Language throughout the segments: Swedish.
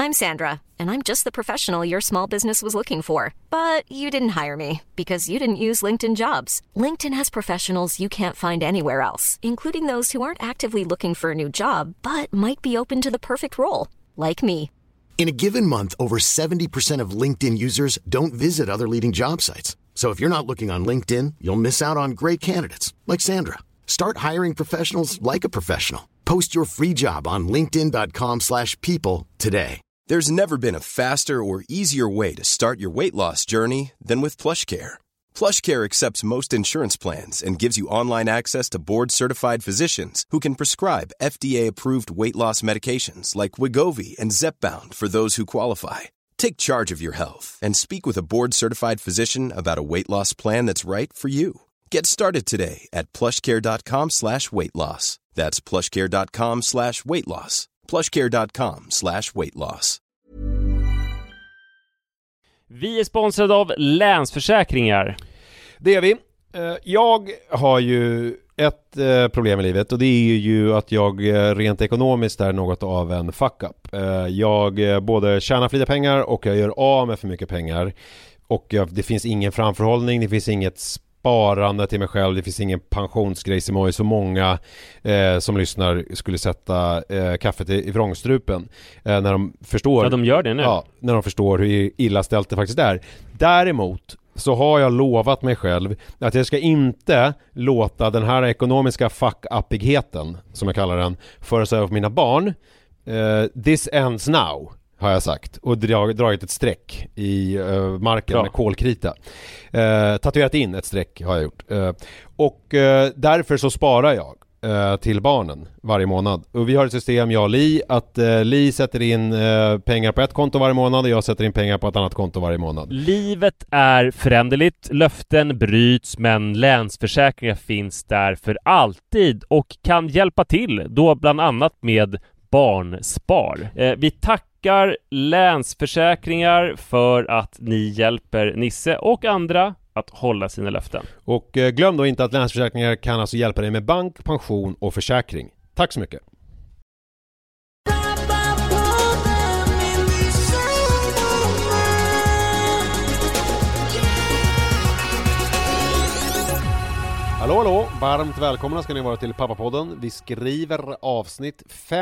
I'm Sandra, and I'm just the professional your small business was looking for. But you didn't hire me because you didn't use LinkedIn Jobs. LinkedIn has professionals you can't find anywhere else, including those who aren't actively looking for a new job, but might be open to the perfect role, like me. In a given month, over 70% of LinkedIn users don't visit other leading job sites. So if you're not looking on LinkedIn, you'll miss out on great candidates like Sandra. Start hiring professionals like a professional. Post your free job on linkedin.com/people today. There's never been a faster or easier way to start your weight loss journey than with PlushCare. PlushCare accepts most insurance plans and gives you online access to board-certified physicians who can prescribe FDA-approved weight loss medications like Wegovy and Zepbound for those who qualify. Take charge of your health and speak with a board-certified physician about a weight loss plan that's right for you. Get started today at plushcare.com/weightloss. That's plushcare.com/weightloss. plushcare.com/weightloss. Vi är sponsrade av Länsförsäkringar. Det är vi. Jag har ju ett problem i livet, och det är ju att jag rent ekonomiskt är något av en fuck-up. Jag både tjänar för lite pengar och jag gör av med för mycket pengar. Och det finns ingen framförhållning, det finns inget sparande till mig själv, det finns ingen pensionsgrej som är så många som lyssnar skulle sätta kaffet i vrångstrupen när de förstår. Ja, de gör det nu. Ja, när de förstår hur illa ställt det faktiskt är. Däremot så har jag lovat mig själv att jag ska inte låta den här ekonomiska fuck-uppigheten, som jag kallar den, föras över på mina barn. This ends now, har jag sagt, och dragit ett streck i marken med kolkrita. Tatuerat in ett streck har jag gjort. Och därför så sparar jag till barnen varje månad. Och vi har ett system, jag och Li, att Li sätter in pengar på ett konto varje månad och jag sätter in pengar på ett annat konto varje månad. Livet är föränderligt, löften bryts, men Länsförsäkringar finns där för alltid och kan hjälpa till, då bland annat med barnspar. Vi tackar Länsförsäkringar för att ni hjälper Nisse och andra att hålla sina löften. Och glöm då inte att Länsförsäkringar kan alltså hjälpa dig med bank, pension och försäkring. Tack så mycket. Hallå, varmt välkomna ska ni vara till Pappapodden. Vi skriver avsnitt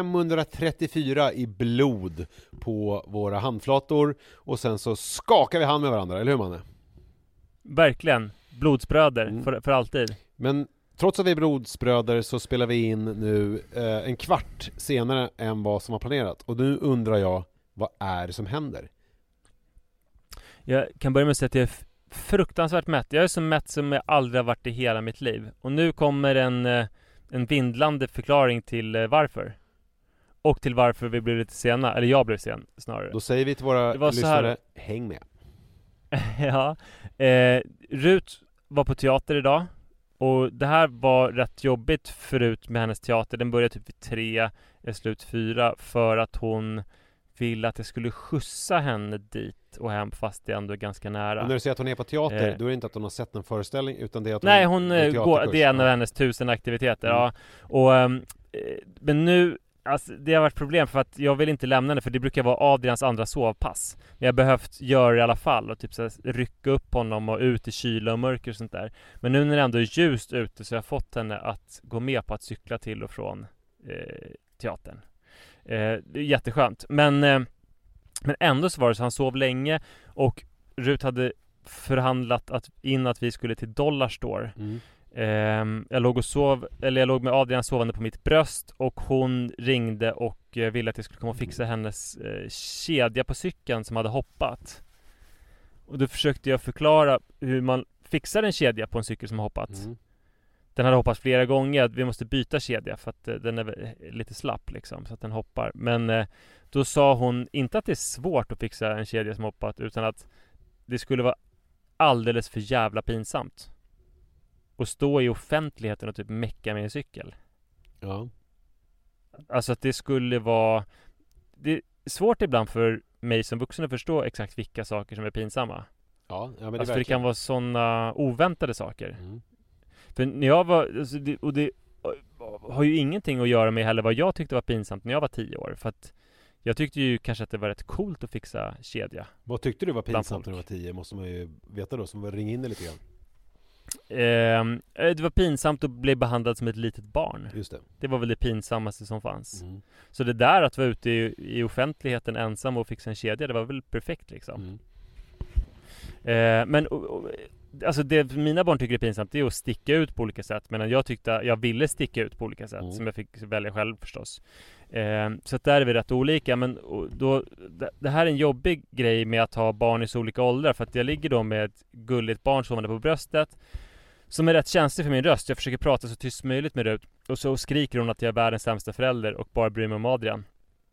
534 i blod på våra handflator och sen så skakar vi hand med varandra, eller hur Manne? Verkligen, blodsbröder för alltid. Men trots att vi är blodsbröder så spelar vi in nu en kvart senare än vad som var planerat. Och nu undrar jag, vad är det som händer? Jag kan börja med att säga att jag är fruktansvärt mätt. Jag är så mätt som jag aldrig har varit i hela mitt liv. Och nu kommer en vindlande förklaring till varför. Och till varför vi blev lite sena. Eller jag blev sen snarare. Då säger vi till våra lyssnare, häng med. Ja. Rut var på teater idag. Och det här var rätt jobbigt förut med hennes teater. Den började typ vid 3, är slut 4. För att hon ville att jag skulle skjutsa henne dit och hem, fast det ändå är ganska nära. Och när du säger att hon är på teater, då är det inte att hon har sett en föreställning, utan det är att hon går, det är en av hennes 1000 aktiviteter. Ja. Och, men nu, alltså, det har varit problem för att jag vill inte lämna henne, för det brukar vara Adrians andra sovpass. Men jag har behövt göra det i alla fall och typ så här, rycka upp honom och ut i kyla och mörker och sånt där. Men nu när det ändå är ljust ute så har jag fått henne att gå med på att cykla till och från teatern. Det är jätteskönt. Men ändå så var det så, han sov länge och Rut hade förhandlat att vi skulle till Dollarstore. Jag låg med Adrian sovande på mitt bröst och hon ringde och ville att jag skulle komma och fixa hennes kedja på cykeln som hade hoppat. Och då försökte jag förklara hur man fixar en kedja på en cykel som har hoppat. Den hade hoppat flera gånger, att vi måste byta kedja för att den är lite slapp liksom, så att den hoppar. Men då sa hon inte att det är svårt att fixa en kedja som hoppat, utan att det skulle vara alldeles för jävla pinsamt att stå i offentligheten och typ mecka med en cykel. Ja. Alltså att det skulle vara... Det är svårt ibland för mig som vuxen att förstå exakt vilka saker som är pinsamma. Ja, men det, alltså för det kan vara sådana oväntade saker. Mm. För när jag var... Alltså det har ju ingenting att göra med heller vad jag tyckte var pinsamt när jag var 10 år. För att jag tyckte ju kanske att det var rätt coolt att fixa kedja. Vad tyckte du var pinsamt när du var 10? Måste man ju veta då, som var ringa in det lite grann. Det var pinsamt att bli behandlad som ett litet barn. Just det. Det var väl det pinsammaste som fanns. Så det där att vara ute i offentligheten ensam och fixa en kedja, det var väl perfekt liksom. Men alltså det mina barn tycker är pinsamt, det är att sticka ut på olika sätt. Men jag tyckte jag ville sticka ut på olika sätt, som jag fick välja själv förstås. Så att där är vi rätt olika. Men då, det här är en jobbig grej med att ha barn i så olika åldrar. För att jag ligger då med ett gulligt barn som är på bröstet, som är rätt känslig för min röst. Jag försöker prata så tyst som möjligt med Rut. Och så skriker hon att jag är världens sämsta förälder och bara bryr mig om Adrian.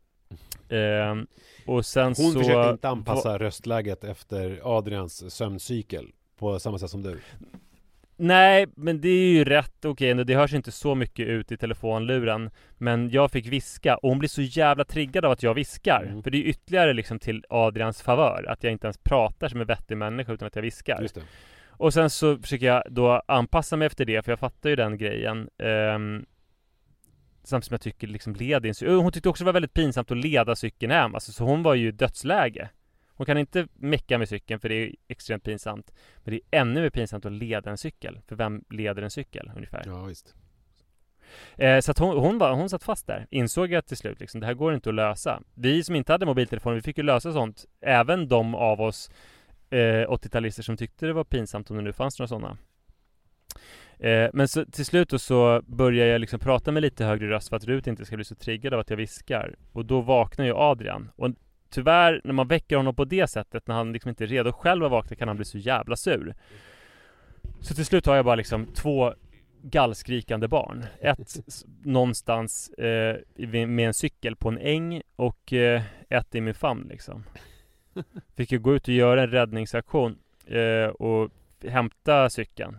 Och sen hon försökte inte anpassa röstläget efter Adrians sömncykel på samma sätt som du. Nej, men det är ju rätt okej. Det hörs inte så mycket ut i telefonluren. Men jag fick viska, och hon blir så jävla triggad av att jag viskar. För det är ju ytterligare liksom till Adrians favör att jag inte ens pratar som en vettig människa utan att jag viskar. Just det. Och sen så försöker jag då anpassa mig efter det, för jag fattar ju den grejen. Samtidigt som jag tycker liksom hon tyckte också det var väldigt pinsamt att leda cykeln hem. Alltså, så hon var ju i dödsläge. Hon kan inte mecka med cykeln för det är extremt pinsamt. Men det är ännu mer pinsamt att leda en cykel. För vem leder en cykel ungefär? Ja, visst. Så att hon satt fast där. Insåg jag till slut liksom, det här går inte att lösa. Vi som inte hade mobiltelefon, vi fick ju lösa sånt. Även de av oss 80-talister som tyckte det var pinsamt, om det nu fanns några sådana. Men så, till slut då, så börjar jag liksom prata med lite högre röst för att Rut inte ska bli så triggad av att jag viskar. Och då vaknar ju Adrian. Och tyvärr, när man väcker honom på det sättet, när han liksom inte är redo själv att vakna, kan han bli så jävla sur. Så till slut har jag bara liksom 2 gallskrikande barn. Ett någonstans med en cykel på en äng, och ett i min famn liksom. Fick ju gå ut och göra en räddningsaktion och hämta cykeln.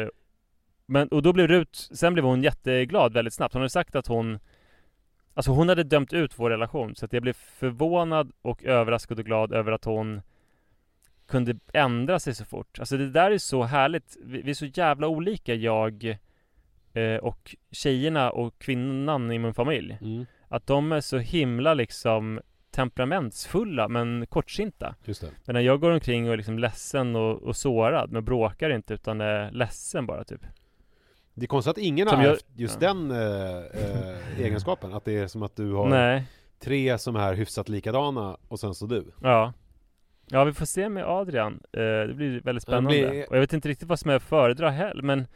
Och då blev sen blev hon jätteglad väldigt snabbt. Hon hade sagt att hon hade dömt ut vår relation. Så att jag blev förvånad och överraskad och glad över att hon kunde ändra sig så fort. Alltså det där är så härligt. Vi är så jävla olika, jag och tjejerna och kvinnan i min familj. Att de är så himla liksom temperamentsfulla men kortsinta. Just det. Men när jag går omkring och är liksom ledsen och sårad, men bråkar inte utan är ledsen bara typ. Det är konstigt att ingen har just den egenskapen. Att det är som att du har 3 som är hyfsat likadana och sen så du. Ja, vi får se med Adrian. Det blir väldigt spännande. Och jag vet inte riktigt vad som jag föredrar heller, men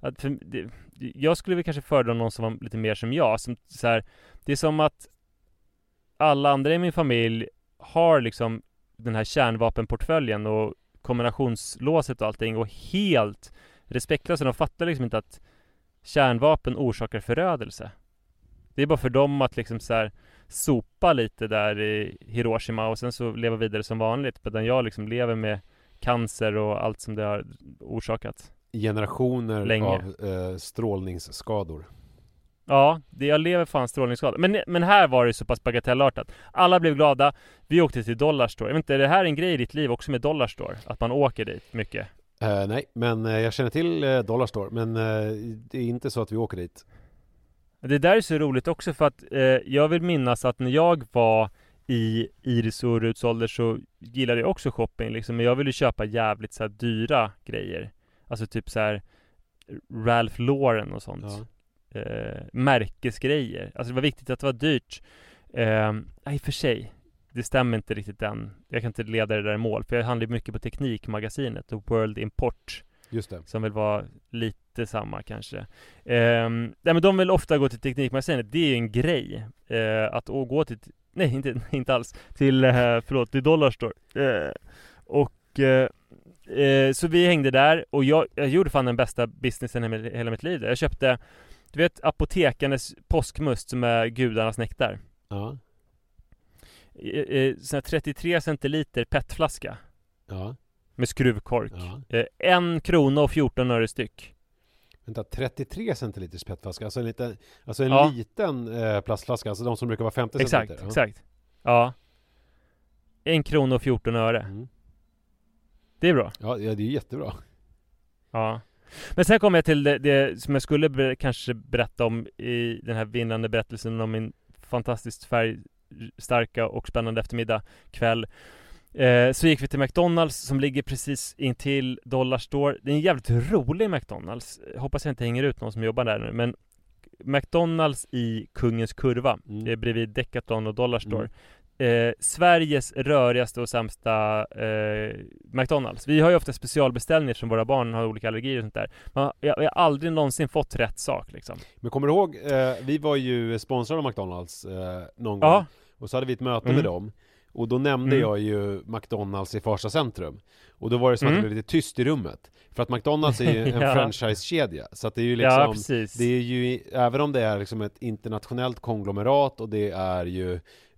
jag skulle väl kanske föredra någon som var lite mer som jag. Som, så här, det är som att alla andra i min familj har liksom den här kärnvapenportföljen och kombinationslåset och allting, och helt respektlösa. De fattar liksom inte att kärnvapen orsakar förödelse. Det är bara för dem att liksom så här sopa lite där i Hiroshima och sen så leva vidare som vanligt. Men jag liksom lever med cancer och allt som det har orsakat. Generationer länge. Av strålningsskador. Ja, jag lever fan strålningsskador. Men här var det så pass bagatellartat. Alla blev glada. Vi åkte till Dollarstore. Jag vet inte, är det här en grej i ditt liv också med Dollarstore? Att man åker dit mycket? Nej, men jag känner till Dollarstore. Men det är inte så att vi åker dit. Det där är så roligt också för att jag vill minnas att när jag var i Iris och Ruts ålder så gillade jag också shopping liksom. Men jag ville köpa jävligt så här dyra grejer. Alltså typ så här Ralph Lauren och sånt. Ja. Märkesgrejer. Alltså det var viktigt att det var dyrt. Nej, för sig. Det stämmer inte riktigt än. Jag kan inte leda det där i mål. För jag handlar mycket på Teknikmagasinet och World Import. Just det. Som väl var lite samma kanske. Nej, men de vill ofta gå till Teknikmagasinet. Det är ju en grej. Att gå till... Nej, inte alls. Till Dollarstore. Så vi hängde där. Och jag gjorde fan den bästa businessen i hela mitt liv. Jag köpte... Du vet apotekarnes påskmust som är gudarnas nektar. Ja. Sån här 33 centiliter petflaska. Ja. Med skruvkork. Ja. 1 krona och 14 öre styck. Vänta, 33 centiliters petflaska. Alltså en liten plastflaska. Alltså de som brukar vara 50 centiliter. Ja. Exakt. Ja. 1 krona och 14 öre. Mm. Det är bra. Ja, det är jättebra. Ja. Men sen kom jag till det som jag skulle kanske berätta om i den här vinnande berättelsen om min fantastiskt starka och spännande eftermiddag, kväll. Så gick vi till McDonalds som ligger precis intill Dollarstore. Det är en jävligt rolig McDonalds. Hoppas jag inte hänger ut någon som jobbar där nu. Men McDonalds i Kungens Kurva, det är bredvid Decathlon och Dollarstore. Sveriges rörigaste och sämsta McDonalds. Vi har ju ofta specialbeställningar som våra barn har olika allergier och sånt där. Jag har aldrig någonsin fått rätt sak liksom. Men kommer du ihåg, vi var ju sponsrade av McDonalds någon gång. Och så hade vi ett möte med dem. Och då nämnde jag ju McDonalds i Farsta centrum. Och då var det som att det blev lite tyst i rummet. För att McDonalds är ju en franchise-kedja. Så att det är ju liksom, det är ju, även om det är liksom ett internationellt konglomerat och det är ju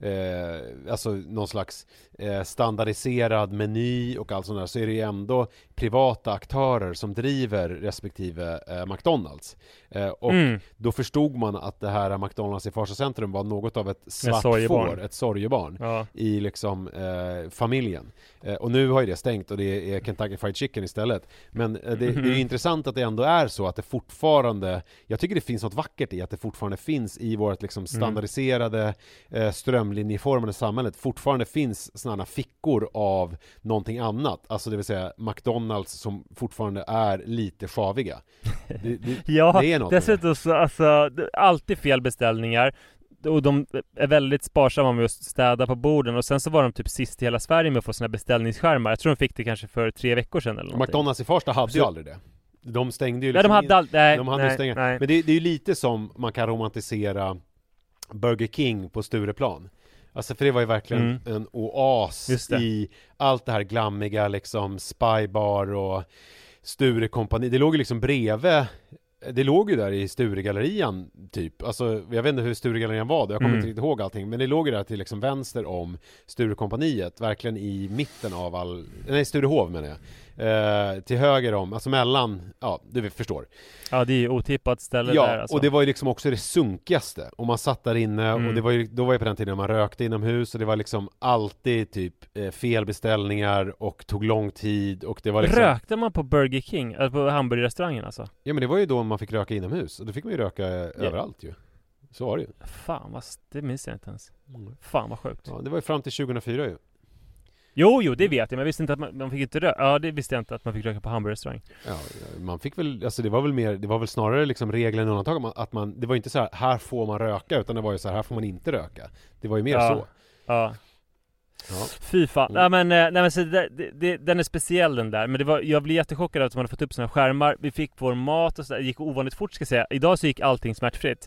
alltså någon slags standardiserad meny och allt sånt där, så är det ju ändå privata aktörer som driver respektive McDonalds. Och då förstod man att det här McDonalds i Farsta centrum var något av ett svart får, ett sorgebarn i liksom familjen. Och nu har ju det stängt och det är Kentucky Fried Chicken istället. Men det är ju intressant att det ändå är så att det fortfarande, jag tycker det finns något vackert i att det fortfarande finns i vårt liksom standardiserade strömlinjeformade samhället fortfarande finns sådana fickor av någonting annat. Alltså det vill säga McDonalds som fortfarande är lite sjaviga. Det är något. Dessutom så, alltså, alltid fel beställningar. Och de är väldigt sparsamma med att städa på borden. Och sen så var de typ sist i hela Sverige med att få sina beställningsskärmar. Jag tror de fick det kanske för 3 veckor sedan eller någonting. McDonalds i Farsta hade ju aldrig det. De stängde ju liksom. Nej, de hade stänga. Men det är ju lite som man kan romantisera Burger King på Stureplan. Alltså för det var ju verkligen en oas i allt det här glammiga liksom Spybar och Sturekompani. Det låg ju liksom bredvid. Det låg ju där i Sturegallerian typ. Alltså jag vet inte hur Sturegallerian var då. Jag kommer inte riktigt ihåg allting. Men det låg ju där till liksom vänster om Sturekompaniet. Verkligen i mitten av Sturehov menar jag. Till höger om, alltså mellan, ja du förstår. Ja, det är ju otippat ställe där alltså. Och det var ju liksom också det sunkigaste. Och man satt där inne och det var ju, då var ju på den tiden man rökte inomhus och det var liksom alltid typ felbeställningar och tog lång tid och det var liksom... Rökte man på Burger King, eller på hamburgerrestaurangen alltså? Ja men det var ju då man fick röka inomhus och då fick man ju röka överallt ju. Så var det ju. Fan vad, det minns jag inte ens. Fan vad sjukt. Ja, det var ju fram till 2004 ju. Jo, det vet jag, men jag visste inte att man fick inte röka. Ja, det visste jag inte att man fick röka på hamburgerrestaurang. Ja, man fick väl, alltså det var väl snarare liksom regeln och undantag att man, det var inte så här får man röka, utan det var ju så här får man inte röka. Det var ju mer så. Ja. Fy fan. Nej men så den är speciell den där. Men jag blev jättechockad av att man hade fått upp såna skärmar. Vi fick vår mat och så där. Det gick ovanligt fort ska jag säga. Idag så gick allting smärtfritt.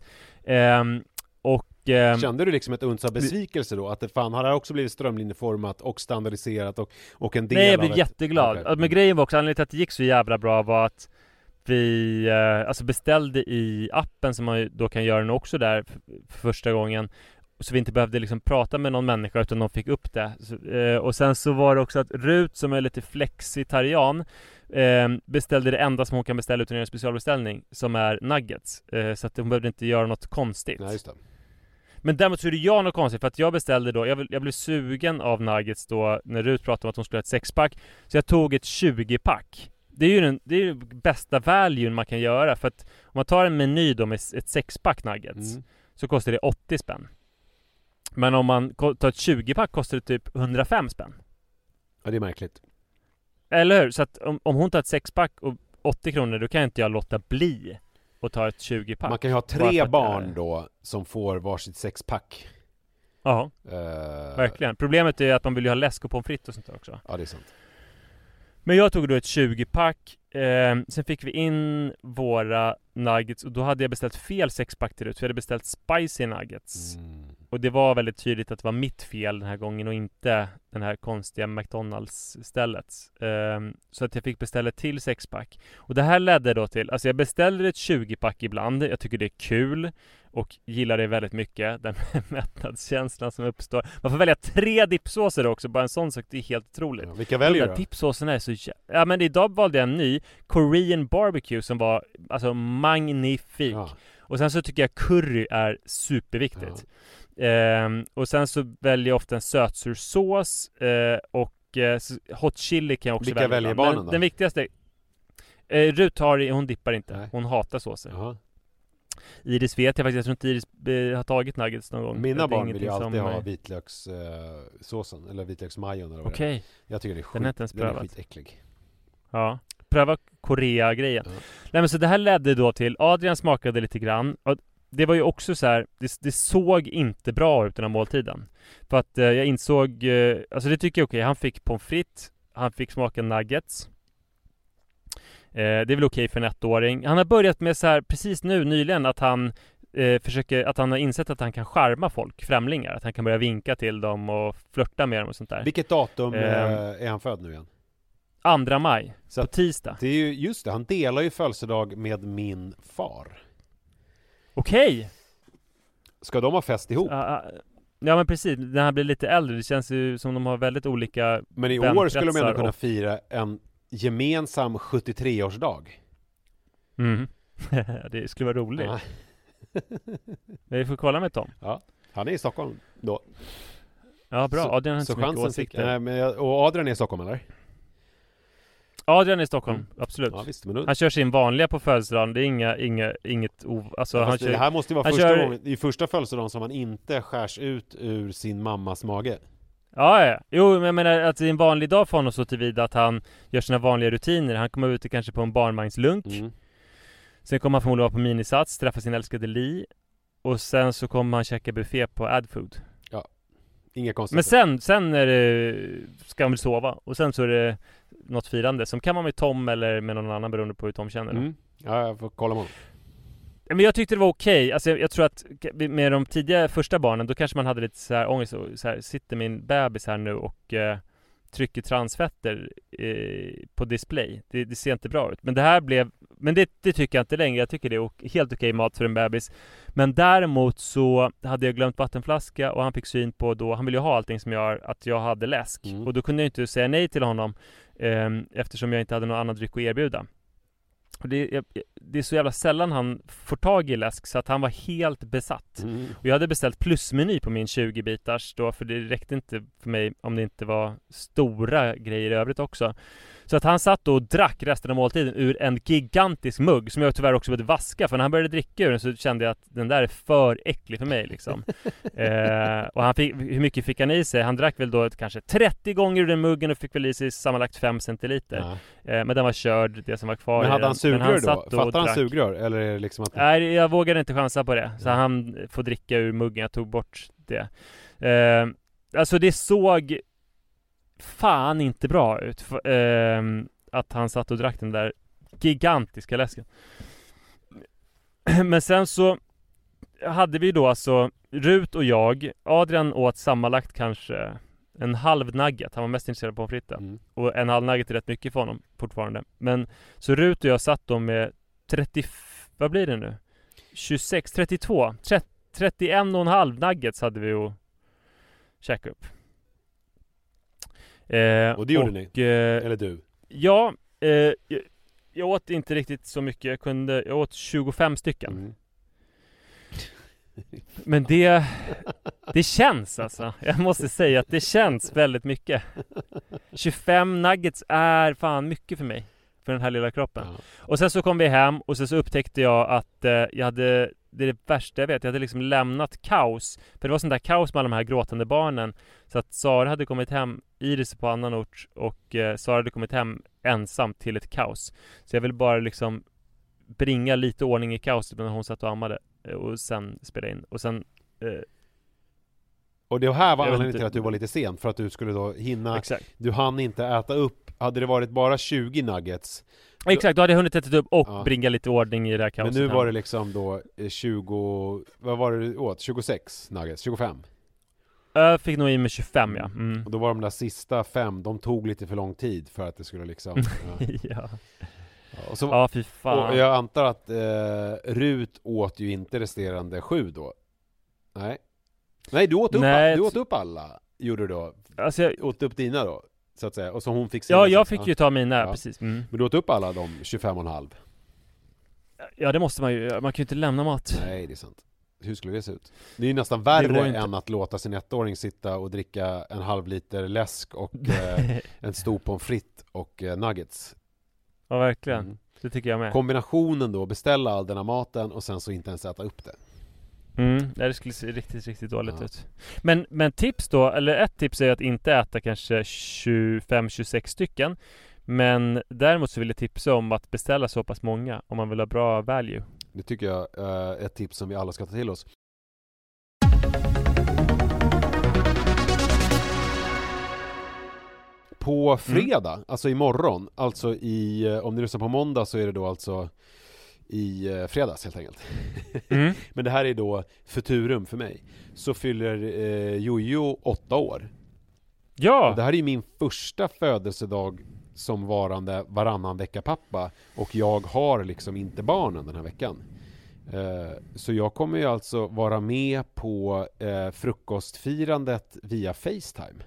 Kände du liksom ett uns av besvikelse då? Att det fan har det också blivit strömlinjeformat och standardiserat och en del. Nej, jag blev jätteglad. Men grejen var också, anledningen till att det gick så jävla bra var att vi beställde i appen som man då kan göra nu också där för första gången. Så vi inte behövde liksom prata med någon människa utan de fick upp det. Och sen så var det också att Rut som är lite flexitarian beställde det enda som hon kan beställa utan att göra en specialbeställning som är nuggets. Så att hon behövde inte göra något konstigt. Nej, just det. Men däremot så är det jag något konstigt för att jag beställde då, jag blev sugen av nuggets då när Rut pratade om att hon skulle ha ett 6-pack. Så jag tog ett 20-pack. Det är ju bästa value man kan göra, för att om man tar en meny då med ett 6-pack nuggets så kostar det 80 spänn. Men om man tar ett 20-pack kostar det typ 105 spänn. Ja, det är märkligt. Eller hur? Så att om hon tar ett 6-pack och 80 kronor, då kan inte jag låta bli och ta ett 20-pack. Man kan ju ha 3 barn då som får varsitt 6-pack. Ja, verkligen. Problemet är att man vill ju ha läsk och pommes frites och sånt där också. Ja, det är sant. Men jag tog då ett 20-pack. Sen fick vi in våra nuggets och då hade jag beställt fel 6-pack till det. Så jag hade beställt spicy nuggets. Och det var väldigt tydligt att det var mitt fel den här gången och inte den här konstiga McDonalds-stället. Så att jag fick beställa till 6-pack. Och det här ledde då till, alltså jag beställer ett 20-pack ibland. Jag tycker det är kul och gillar det väldigt mycket. Den mättnadskänslan som uppstår. Man får välja 3 dipsåser också. Bara en sån sak, det är helt otroligt. Ja, vilka väljer du? Dipsåserna är så ja, men idag valde jag en ny Korean barbecue som var alltså magnifik. Ja. Och sen så tycker jag curry är superviktigt. Och sen så väljer jag ofta en sötsursås och hot chili kan jag också välja. Vilka väljer barnen då? Den viktigaste Rut hon dippar inte. Nej. Hon hatar såser. Iris vet jag faktiskt, jag tror inte Iris har tagit nuggets någon gång. Mina barn vill ju alltid ha vitlökssåsen eller vitlöksmajon eller vad det är. Jag tycker det är skit. Den är skitäcklig. Ja, pröva Korea-grejen. Ja. Nej, men så det här ledde då till Adrian smakade lite grann. Och det var ju också så här, det såg inte bra ut den här måltiden. För att jag insåg, alltså det tycker jag är okej. Han fick pommes frites, han fick smaka nuggets. Det är väl okej för en 1-åring. Han har börjat med så här precis nu nyligen att han att han har insett att han kan charma folk, främlingar, att han kan börja vinka till dem och flirta med dem och sånt där. Vilket datum är han född nu igen? 2 maj, så på tisdag. Det är ju just det, han delar ju födelsedag med min far. Okej. Ska de ha fest ihop? Ja, men precis, när han blir lite äldre, det känns ju som de har väldigt olika. Men i år skulle de ändå kunna fira en gemensam 73-årsdag. Det skulle vara roligt. Men vi får kolla med Tom. Ja, han är i Stockholm då. Ja, bra. Adrian har inte så mycket åsikter. Och Adrian är i Stockholm, eller? Adrian är i Stockholm, absolut. Ja, visst, men han kör sin vanliga på födelsedagen. Det är inget alltså, han kör, det här måste ju vara gången, i första födelsedagen som han inte skärs ut ur sin mammas mage. Ja. Jo, men jag menar att det är en vanlig dag för honom så tillvida att han gör sina vanliga rutiner. Han kommer ut kanske på en barnvagnslunk. Sen kommer han förmodligen vara på minisats, träffa sin älskade Li. Och sen så kommer han käka buffé på Adfood. Ja, inga konstigt. Men sen är det, ska han väl sova. Och sen så är det något firande som kan vara med Tom eller med någon annan beroende på hur Tom känner. Ja, jag får kolla med honom. Men jag tyckte det var okej. Alltså jag tror att med de tidiga första barnen, då kanske man hade lite så här ångest. Så här, sitter min bebis här nu och trycker transfetter på display. Det ser inte bra ut. Men det här blev, men det tycker jag inte längre. Jag tycker det är helt okej mat för en bebis. Men däremot så hade jag glömt vattenflaska och han fick syn på då, han ville ju ha allting som gör att jag hade läsk. Och då kunde jag inte säga nej till honom eftersom jag inte hade någon annan dryck att erbjuda. Och det är så jävla sällan han får tag i läsk så att han var helt besatt. Och jag hade beställt plusmeny på min 20-bitars då, för det räckte inte för mig om det inte var stora grejer i övrigt också. Så att han satt och drack resten av måltiden ur en gigantisk mugg som jag tyvärr också behövde vaska, för när han började dricka ur den så kände jag att den där är för äcklig för mig liksom. Och han fick, hur mycket fick han i sig? Han drack väl då kanske 30 gånger ur den muggen och fick väl i sig sammanlagt 5 centiliter. Men den var körd, det som var kvar. Men hade han sugrör då? Fattar han sugrör? Eller är det liksom att... Nej, jag vågade inte chansa på det. Så han får dricka ur muggen, jag tog bort det. Alltså det såg fan inte bra ut att han satt och drack den där gigantiska läsken. Men sen så hade vi då alltså Rut och jag, Adrian åt sammanlagt kanske en halv nugget. Han var mest intresserad på fritten. Och en halv nugget är rätt mycket för honom fortfarande. Men så Rut och jag satt då med 30, vad blir det nu? 26, 32 31,5 nuggets hade vi att käka upp. Och det gjorde ni? Eller du? Ja, jag åt inte riktigt så mycket. Jag åt 25 stycken. Men det känns alltså. Jag måste säga att det känns väldigt mycket. 25 nuggets är fan mycket för mig. För den här lilla kroppen. Och sen så kom vi hem och sen så upptäckte jag att jag hade, det är det värsta jag vet, jag hade liksom lämnat kaos. För det var sånt där kaos med alla de här gråtande barnen. Så att Sara hade kommit hem, Iris på annan ort, och Sara hade kommit hem ensam till ett kaos. Så jag vill bara liksom bringa lite ordning i kaoset när hon satt och ammade. Och sen spela in. Och sen... och det här var anledningen till att du var lite sen. För att du skulle då hinna... Exakt. Du hann inte äta upp. Hade det varit bara 20 nuggets... Exakt, då hade jag hunnit äta upp och bringa lite ordning i det här kaoset. Men nu var det liksom då 20... Vad var det du åt? 26 nuggets? 25? Jag fick nog i med 25, ja. Och då var de där sista 5, de tog lite för lång tid för att det skulle liksom... Ja. Och så, fy fan. Och jag antar att Rut åt ju inte resterande 7 då. Nej, du åt upp alla. Gjorde du då? Alltså jag åt upp dina då, så att säga. Och så hon fick sina. Ja, jag fick ju ta mina, precis. Men du åt upp alla de 25,5. Ja, det måste man ju. Man kan ju inte lämna mat. Nej, det är sant. Hur skulle det se ut? Det är ju nästan värre än att låta sin 1-åring sitta och dricka en halv liter läsk och en stor pommes frites och nuggets. Ja, verkligen. det tycker jag med. Kombinationen då, beställa all den här maten och sen så inte ens äta upp det. Det skulle se riktigt, riktigt dåligt ut. Men tips då, eller ett tips är att inte äta kanske 25-26 stycken. Men däremot så vill jag tipsa om att beställa så pass många om man vill ha bra value. Det tycker jag är ett tips som vi alla ska ta till oss. På fredag, alltså imorgon, alltså om ni lyssnar på måndag så är det då alltså i fredags helt enkelt. Men det här är då futurum för mig. Så fyller Jojo 8 år. Ja! Och det här är min första födelsedag som varande varannan vecka pappa. Och jag har liksom inte barnen den här veckan. Så jag kommer ju alltså vara med på frukostfirandet via FaceTime.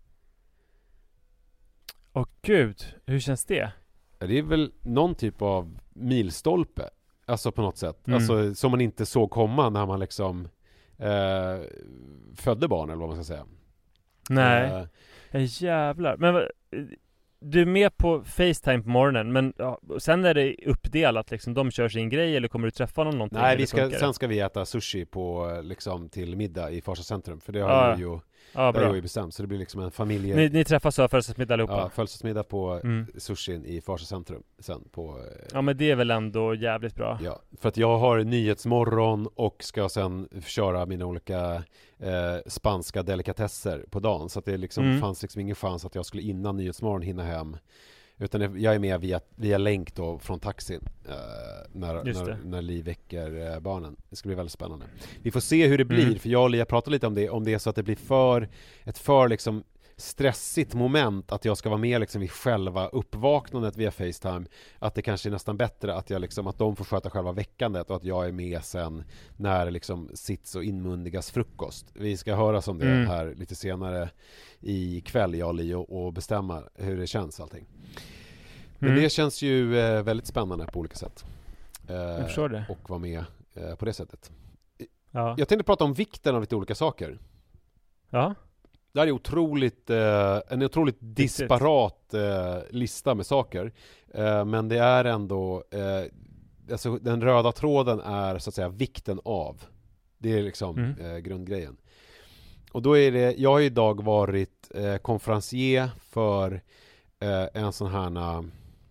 Åh gud, hur känns det? Det är väl någon typ av milstolpe. Alltså på något sätt. Alltså som man inte såg komma när man liksom födde barn eller vad man ska säga. Nej, jävlar. Men du är med på FaceTime på morgonen, men sen är det uppdelat liksom, de kör sin grej eller kommer du träffa någonting? Nej, sen ska vi äta sushi på, liksom, till middag i Farsa centrum, för det har jag ju bestämt, så det blir liksom en familje... Ni träffas så födelsedagsmiddag allihopa? Ja, födelsedagsmiddag på sushin i Farsa centrum sen på... Ja, men det är väl ändå jävligt bra. Ja, för att jag har nyhetsmorgon och ska sen köra mina olika spanska delikatesser på dagen, så att det liksom fanns liksom ingen chans att jag skulle innan nyhetsmorgon hinna hem, utan jag är med via länk då från taxin när Liv väcker barnen. Det ska bli väldigt spännande. Vi får se hur det blir, för jag och Lia pratade lite om det, om det är så att det blir ett för liksom stressigt moment att jag ska vara med liksom vid själva uppvaknandet via FaceTime, att det kanske är nästan bättre att jag liksom, att de får sköta själva väckandet och att jag är med sen när liksom sits och inmundigas frukost. Vi ska höra om det här lite senare i kväll, jag och Leo, och bestämma hur det känns allting. Men det känns ju väldigt spännande på olika sätt. Jag förstår det. Och vara med på det sättet. Ja. Jag tänkte prata om vikten av lite olika saker. Ja. Det här är en otroligt disparat lista med saker. Men det är ändå alltså den röda tråden är så att säga vikten av. Det är liksom grundgrejen. Och då är det, jag har idag varit konferencier för en sån här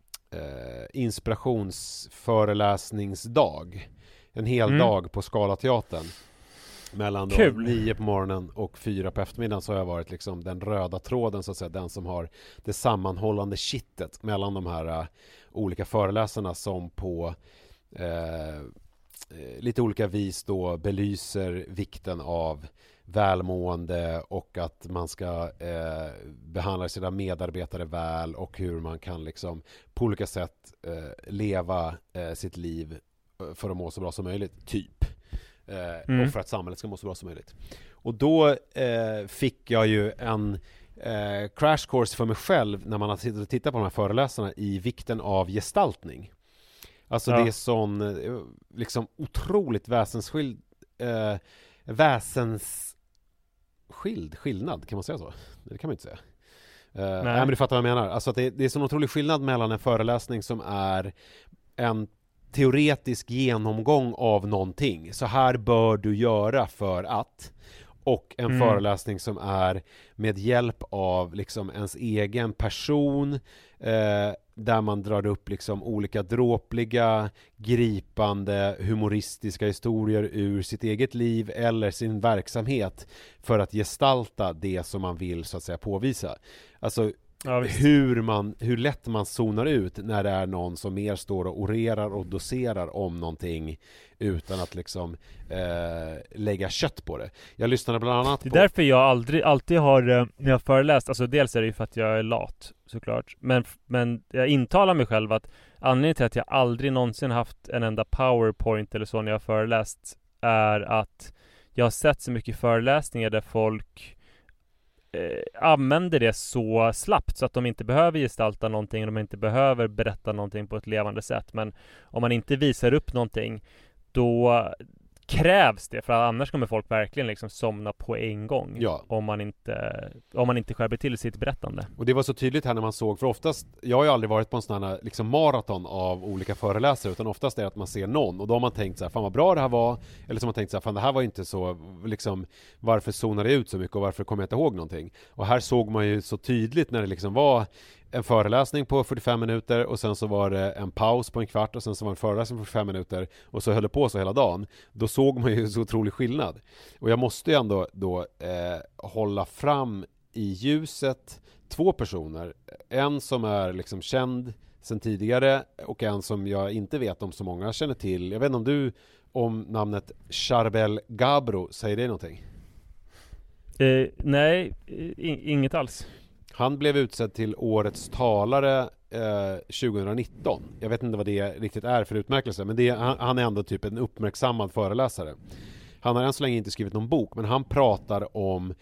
inspirationsföreläsningsdag. En hel dag på Scalateatern. Mellan då 9 på morgonen och 4 på eftermiddagen, så har jag varit liksom den röda tråden, så att säga, den som har det sammanhållande kittet mellan de här olika föreläsarna, som på lite olika vis då belyser vikten av välmående och att man ska behandla sina medarbetare väl, och hur man kan liksom på olika sätt leva sitt liv för att må så bra som möjligt, typ. Och för att samhället ska må så bra som möjligt. Och då fick jag ju en crash course för mig själv när man har tittat på de här föreläsarna i vikten av gestaltning. Alltså det är sån liksom otroligt skillnad, kan man säga så? Det kan man inte säga. Nej, men du fattar vad jag menar. Alltså att det är sån otrolig skillnad mellan en föreläsning som är en teoretisk genomgång av någonting. Så här bör du göra för att, och en föreläsning som är med hjälp av liksom ens egen person, där man drar upp liksom olika dråpliga, gripande, humoristiska historier ur sitt eget liv eller sin verksamhet för att gestalta det som man vill, så att säga, påvisa. Alltså hur lätt man zonar ut när det är någon som mer står och orerar och doserar om någonting utan att liksom lägga kött på det. Jag lyssnade bland annat på... Det är därför jag alltid har, när jag föreläst, alltså dels är det ju för att jag är lat, såklart, men jag intalar mig själv att anledningen till att jag aldrig någonsin haft en enda PowerPoint eller så när jag har föreläst är att jag har sett så mycket föreläsningar där folk använder det så slappt så att de inte behöver gestalta någonting och de inte behöver berätta någonting på ett levande sätt. Men om man inte visar upp någonting, då krävs det, för annars kommer folk verkligen liksom somna på en gång. Ja. Om man inte skärper till sitt berättande. Och det var så tydligt här när man såg, för oftast, jag har ju aldrig varit på en sån här liksom maraton av olika föreläsare, utan oftast är det att man ser någon och då har man tänkt så här, fan vad bra det här var, eller så har man tänkt så här, fan det här var inte så, liksom, varför zonade det ut så mycket och varför kommer jag inte ihåg någonting? Och här såg man ju så tydligt när det liksom var en föreläsning på 45 minuter och sen så var det en paus på en kvart och sen så var det en föreläsning på 45 minuter och så höll det på så hela dagen. Då såg man ju så otrolig skillnad. Och jag måste ju ändå då hålla fram i ljuset 2 personer. En som är liksom känd sedan tidigare och en som jag inte vet om så många känner till. Jag vet inte om namnet Charbel Gabro, säger det någonting? Nej, inget alls. Han blev utsedd till årets talare 2019. Jag vet inte vad det riktigt är för utmärkelse, men han är ändå typ en uppmärksammad föreläsare. Han har än så länge inte skrivit någon bok, men han pratar om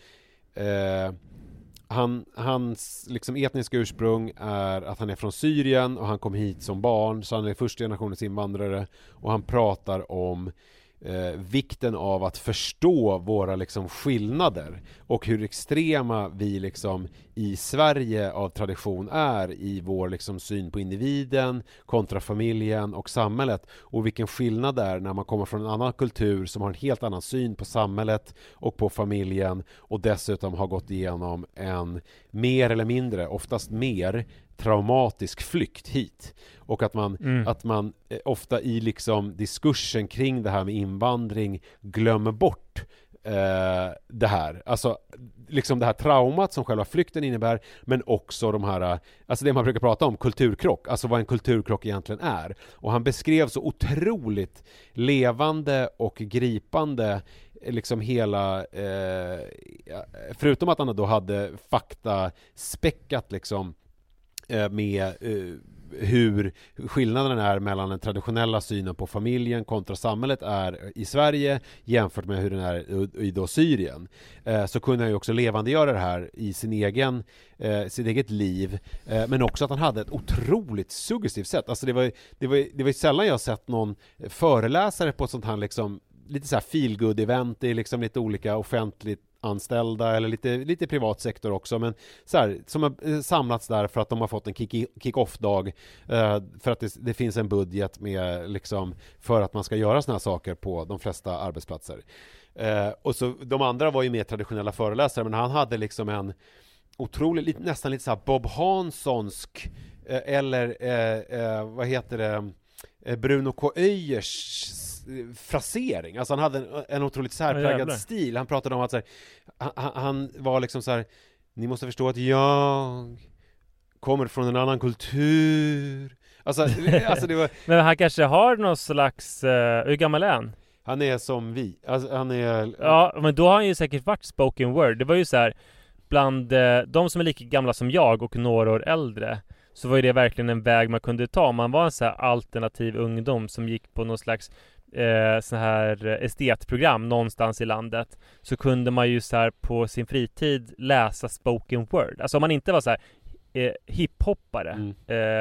hans liksom etniska ursprung är att han är från Syrien och han kom hit som barn, så han är första generationens invandrare, och han pratar om vikten av att förstå våra liksom skillnader och hur extrema vi liksom i Sverige av tradition är i vår liksom syn på individen kontra familjen och samhället, och vilken skillnad det är när man kommer från en annan kultur som har en helt annan syn på samhället och på familjen och dessutom har gått igenom en mer eller mindre, oftast mer, traumatisk flykt hit, och att man ofta i liksom diskursen kring det här med invandring glömmer bort det här, alltså liksom det här traumat som själva flykten innebär, men också de här, alltså det man brukar prata om, kulturkrock, alltså vad en kulturkrock egentligen är. Och han beskrev så otroligt levande och gripande liksom hela förutom att han då hade fakta späckat liksom med hur skillnaden är mellan den traditionella synen på familjen kontra samhället är i Sverige jämfört med hur den är i då Syrien, så kunde han ju också levandegöra det här i sitt eget liv, men också att han hade ett otroligt suggestivt sätt. Alltså det var sällan jag sett någon föreläsare på ett sånt här liksom lite så här feel-good event i liksom lite olika offentligt anställda eller lite privat sektor också, men så här, som har samlats där för att de har fått en kick-off-dag, för att det finns en budget med liksom för att man ska göra såna här saker på de flesta arbetsplatser. Och så de andra var ju mer traditionella föreläsare, men han hade liksom en otroligt, nästan lite så här Bob Hanssonsk eller vad heter det, Bruno K. Öijers frasering. Alltså han hade en otroligt särpräglad stil. Han pratade om att så här, han var liksom så här: ni måste förstå att jag kommer från en annan kultur. Alltså det var... Men han kanske har någon slags hur gammal är han? Han är som vi. Alltså, han är... Ja, men då har han ju säkert varit spoken word. Det var ju så här, bland de som är lika gamla som jag och några år äldre, så var ju det verkligen en väg man kunde ta. Man var en så här alternativ ungdom som gick på någon slags så här estetprogram någonstans i landet, så kunde man ju så här på sin fritid läsa spoken word. Alltså om man inte var så här hiphoppare,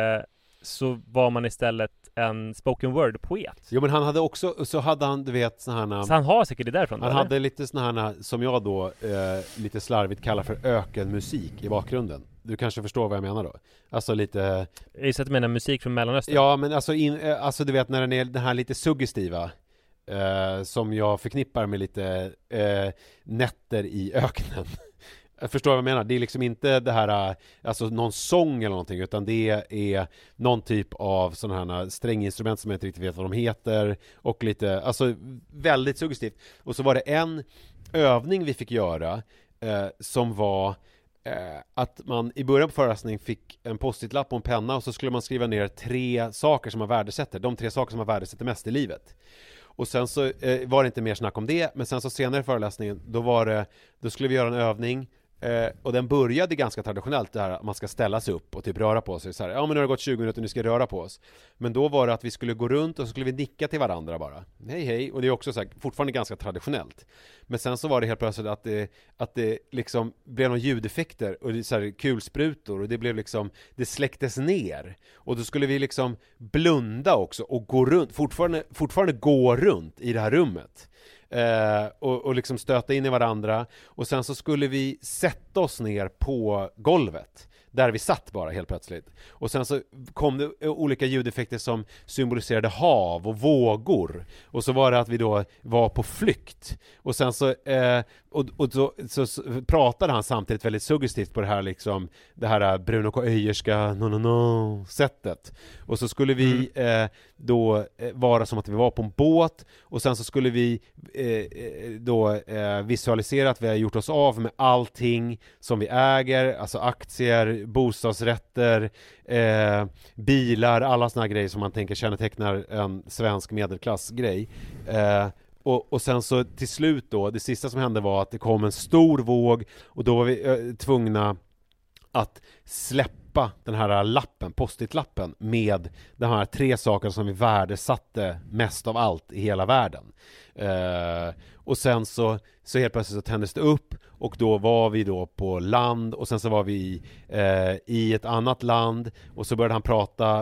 så var man istället en spoken word poet. Jo, men han hade också, så hade han, du vet, så han har säkert det därifrån. Han hade lite såna här som jag då lite slarvigt kallar för ökenmusik i bakgrunden. Du kanske förstår vad jag menar då. Alltså lite... Jag så att du menar musik från Mellanöstern. Ja, men alltså du vet när den är den här lite suggestiva som jag förknippar med lite nätter i öknen. Jag förstår vad jag menar. Det är liksom inte det här, alltså någon sång eller någonting, utan det är någon typ av sådana här stränginstrument som jag inte riktigt vet vad de heter, och lite, alltså väldigt suggestivt. Och så var det en övning vi fick göra som var att man i början på föreläsningen fick en post-it-lapp och en penna, och så skulle man skriva ner 3 saker som man värdesätter, de 3 saker som man värdesätter mest i livet. Och sen så var det inte mer snack om det, men sen så senare i föreläsningen då skulle vi göra en övning, och den började ganska traditionellt, det här att man ska ställa sig upp och typ röra på sig så här, ja men nu har det gått 20 minuter, nu ska vi röra på oss. Men då var det att vi skulle gå runt och så skulle vi nicka till varandra bara, hej hej, och det är också så här, fortfarande ganska traditionellt. Men sen så var det helt plötsligt att det liksom blev någon ljudeffekter och så här kulsprutor, och det blev liksom, det släcktes ner, och då skulle vi liksom blunda också och gå runt, fortfarande gå runt i det här rummet. och liksom stöta in i varandra, och sen så skulle vi sätta oss ner på golvet där vi satt bara helt plötsligt, och sen så kom det olika ljudeffekter som symboliserade hav och vågor, och så var det att vi då var på flykt, och sen så så pratade han samtidigt väldigt suggestivt på det här liksom, det här Bruno K. Öierska sättet, och så skulle vi då vara som att vi var på en båt, och sen så skulle vi då visualisera att vi har gjort oss av med allting som vi äger, alltså aktier, bostadsrätter, bilar, alla såna grejer som man tänker kännetecknar en svensk medelklassgrej. Och sen så till slut då, det sista som hände var att det kom en stor våg, och då var vi tvungna att släppa den här lappen, post-it-lappen, med de här 3 saker som vi värdesatte mest av allt i hela världen. Och sen så helt plötsligt så tändes det upp, och då var vi då på land, och sen så var vi i ett annat land, och så började han prata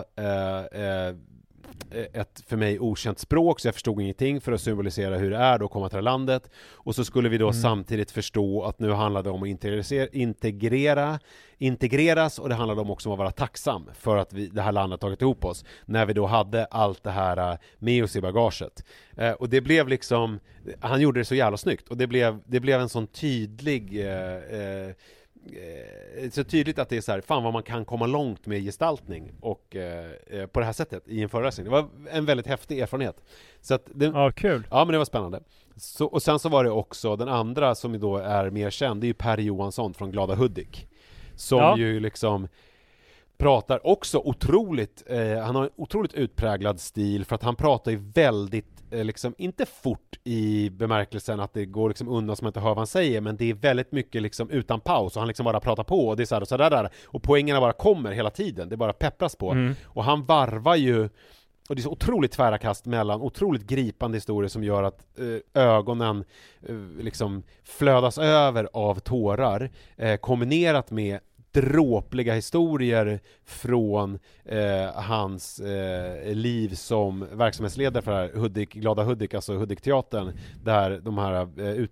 ett för mig okänt språk, så jag förstod ingenting, för att symbolisera hur det är då att komma till det landet, och så skulle vi då samtidigt förstå att nu handlade det om att integreras, och det handlade om också om att vara tacksam för att det här landet tagit ihop oss, när vi då hade allt det här med oss i bagaget. Och det blev liksom, han gjorde det så jävla snyggt, och det blev en sån tydlig så tydligt att det är så här, fan vad man kan komma långt med gestaltning och på det här sättet i en föreläsning. Det var en väldigt häftig erfarenhet. Så att det, kul. Ja, men det var spännande. Så, och sen så var det också den andra som då är mer känd, det är ju Per Johansson från Glada Hudik, som ju liksom pratar också otroligt, han har en otroligt utpräglad stil, för att han pratar ju väldigt liksom, inte fort i bemärkelsen att det går liksom undan som man inte hör vad han säger, men det är väldigt mycket liksom utan paus, och han liksom bara pratar på, och det är så här och så där, och poängerna bara kommer hela tiden, det bara peppras på, och han varvar ju, och det är så otroligt tvära kast mellan otroligt gripande historier som gör att ögonen liksom flödas över av tårar, kombinerat med dråpliga historier från hans liv som verksamhetsledare för här Glada Hudik, alltså Hudikteatern, där de här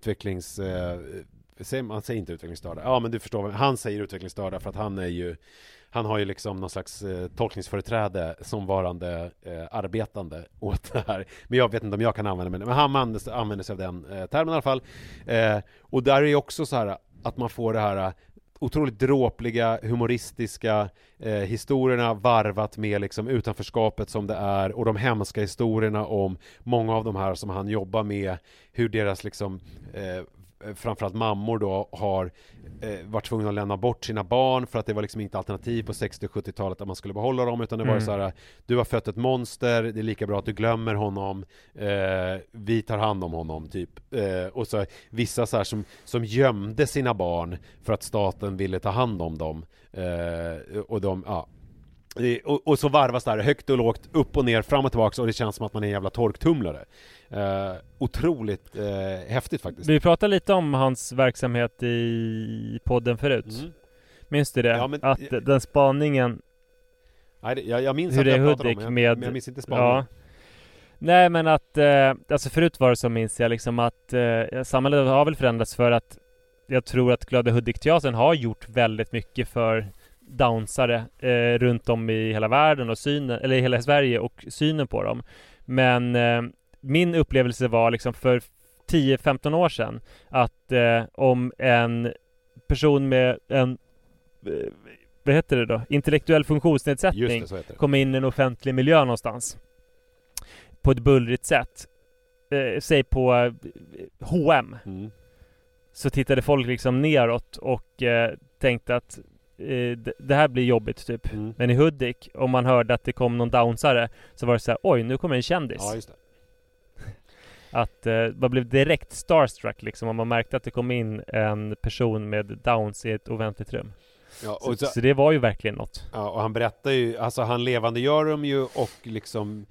man säger inte utvecklingsstörda, ja men du förstår, han säger utvecklingsstörda för att han har ju liksom någon slags tolkningsföreträde som varande arbetande åt det här. Men jag vet inte om jag kan använda mig, men han använder sig av den termen i alla fall. Och där är också så här att man får det här otroligt dråpliga, humoristiska historierna varvat med liksom utanförskapet som det är, och de hemska historierna om många av de här som han jobbar med, hur deras liksom framförallt mammor då har varit tvungna att lämna bort sina barn för att det var liksom inte alternativ på 60- och 70-talet att man skulle behålla dem, utan det var så här: du har fött ett monster, det är lika bra att du glömmer honom, vi tar hand om honom typ, och så vissa så här som gömde sina barn för att staten ville ta hand om dem, och de, och så varvas där högt och lågt, upp och ner, fram och tillbaka, och det känns som att man är en jävla torktumlare. Otroligt häftigt faktiskt. Vi pratade lite om hans verksamhet i podden förut. Minns du det? Ja, men, att den spaningen... Nej, jag minns hur att det jag pratade Hudik om, men jag minns inte spaningen. Ja. Nej, men att alltså förut var det så, minns jag liksom att samhället har väl förändrats, för att jag tror att Glada Hudik-teatern har gjort väldigt mycket för downsare runt om i hela världen och eller i hela Sverige, och synen på dem. Men min upplevelse var liksom för 10-15 år sedan att om en person med en vad heter det då? Intellektuell funktionsnedsättning kom in i en offentlig miljö någonstans på ett bullrigt sätt, säg på H&M, så tittade folk liksom neråt och tänkte att det här blir jobbigt typ. Men i Hudik, om man hörde att det kom någon downsare, så var det så här: oj, nu kommer en kändis. Ja, just det. Att man blev direkt starstruck liksom, om man märkte att det kom in en person med downs i ett offentligt rum. Ja, och så det var ju verkligen något. Ja, och han berättar ju, alltså han levandegör dem ju, och liksom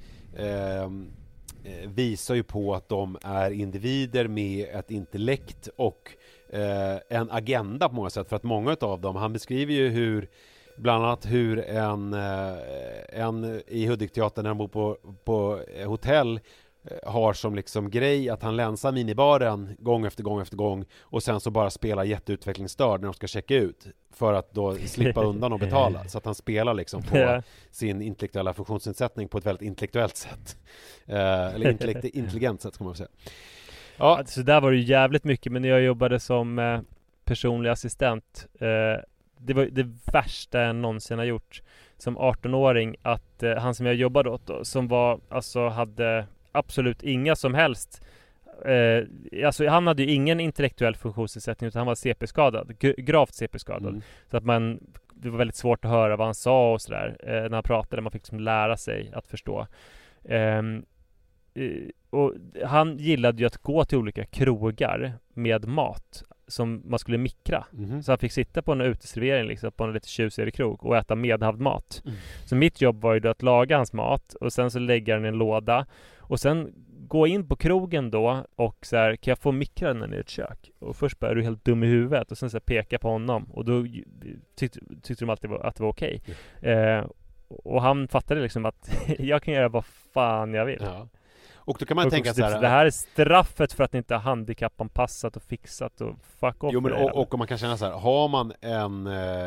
visar ju på att de är individer med ett intellekt och en agenda på många sätt, för att många av dem, han beskriver ju hur, bland annat hur en i Hudikteatern, när han bor på hotell, har som liksom grej att han länsar minibaren gång efter gång och sen så bara spelar jätteutvecklingsstörd när de ska checka ut för att då slippa undan och betala. Så att han spelar liksom på sin intellektuella funktionsnedsättning på ett väldigt intellektuellt sätt. Eller intelligent sätt ska man säga. Ja. Så där var det ju jävligt mycket, men när jag jobbade som personlig assistent, det var det värsta jag någonsin har gjort som 18-åring, att han som jag jobbade åt då, som var, alltså hade absolut inga som helst alltså han hade ju ingen intellektuell funktionsnedsättning, utan han var CP-skadad, gravt CP-skadad. Så att det var väldigt svårt att höra vad han sa och sådär när han pratade. Man fick liksom lära sig att förstå. Och han gillade ju att gå till olika krogar med mat som man skulle mikra. Så han fick sitta på en uteservering liksom, på en lite tjusigare krog och äta medhavd mat. Så mitt jobb var ju då att laga hans mat och sen så lägga den i en låda och sen gå in på krogen då och så här, kan jag få mikra den i ett kök? Och först bara, är du helt dum i huvudet? Och sen så här, peka på honom och då tyckte de alltid att det var okej. Och han fattade liksom att jag kan göra vad fan jag vill. Ja. Och då kan man tänka så här, det här är straffet för att ni inte har handikappanpassat och fixat och fuck off. Jo, men och man kan känna så här, har man en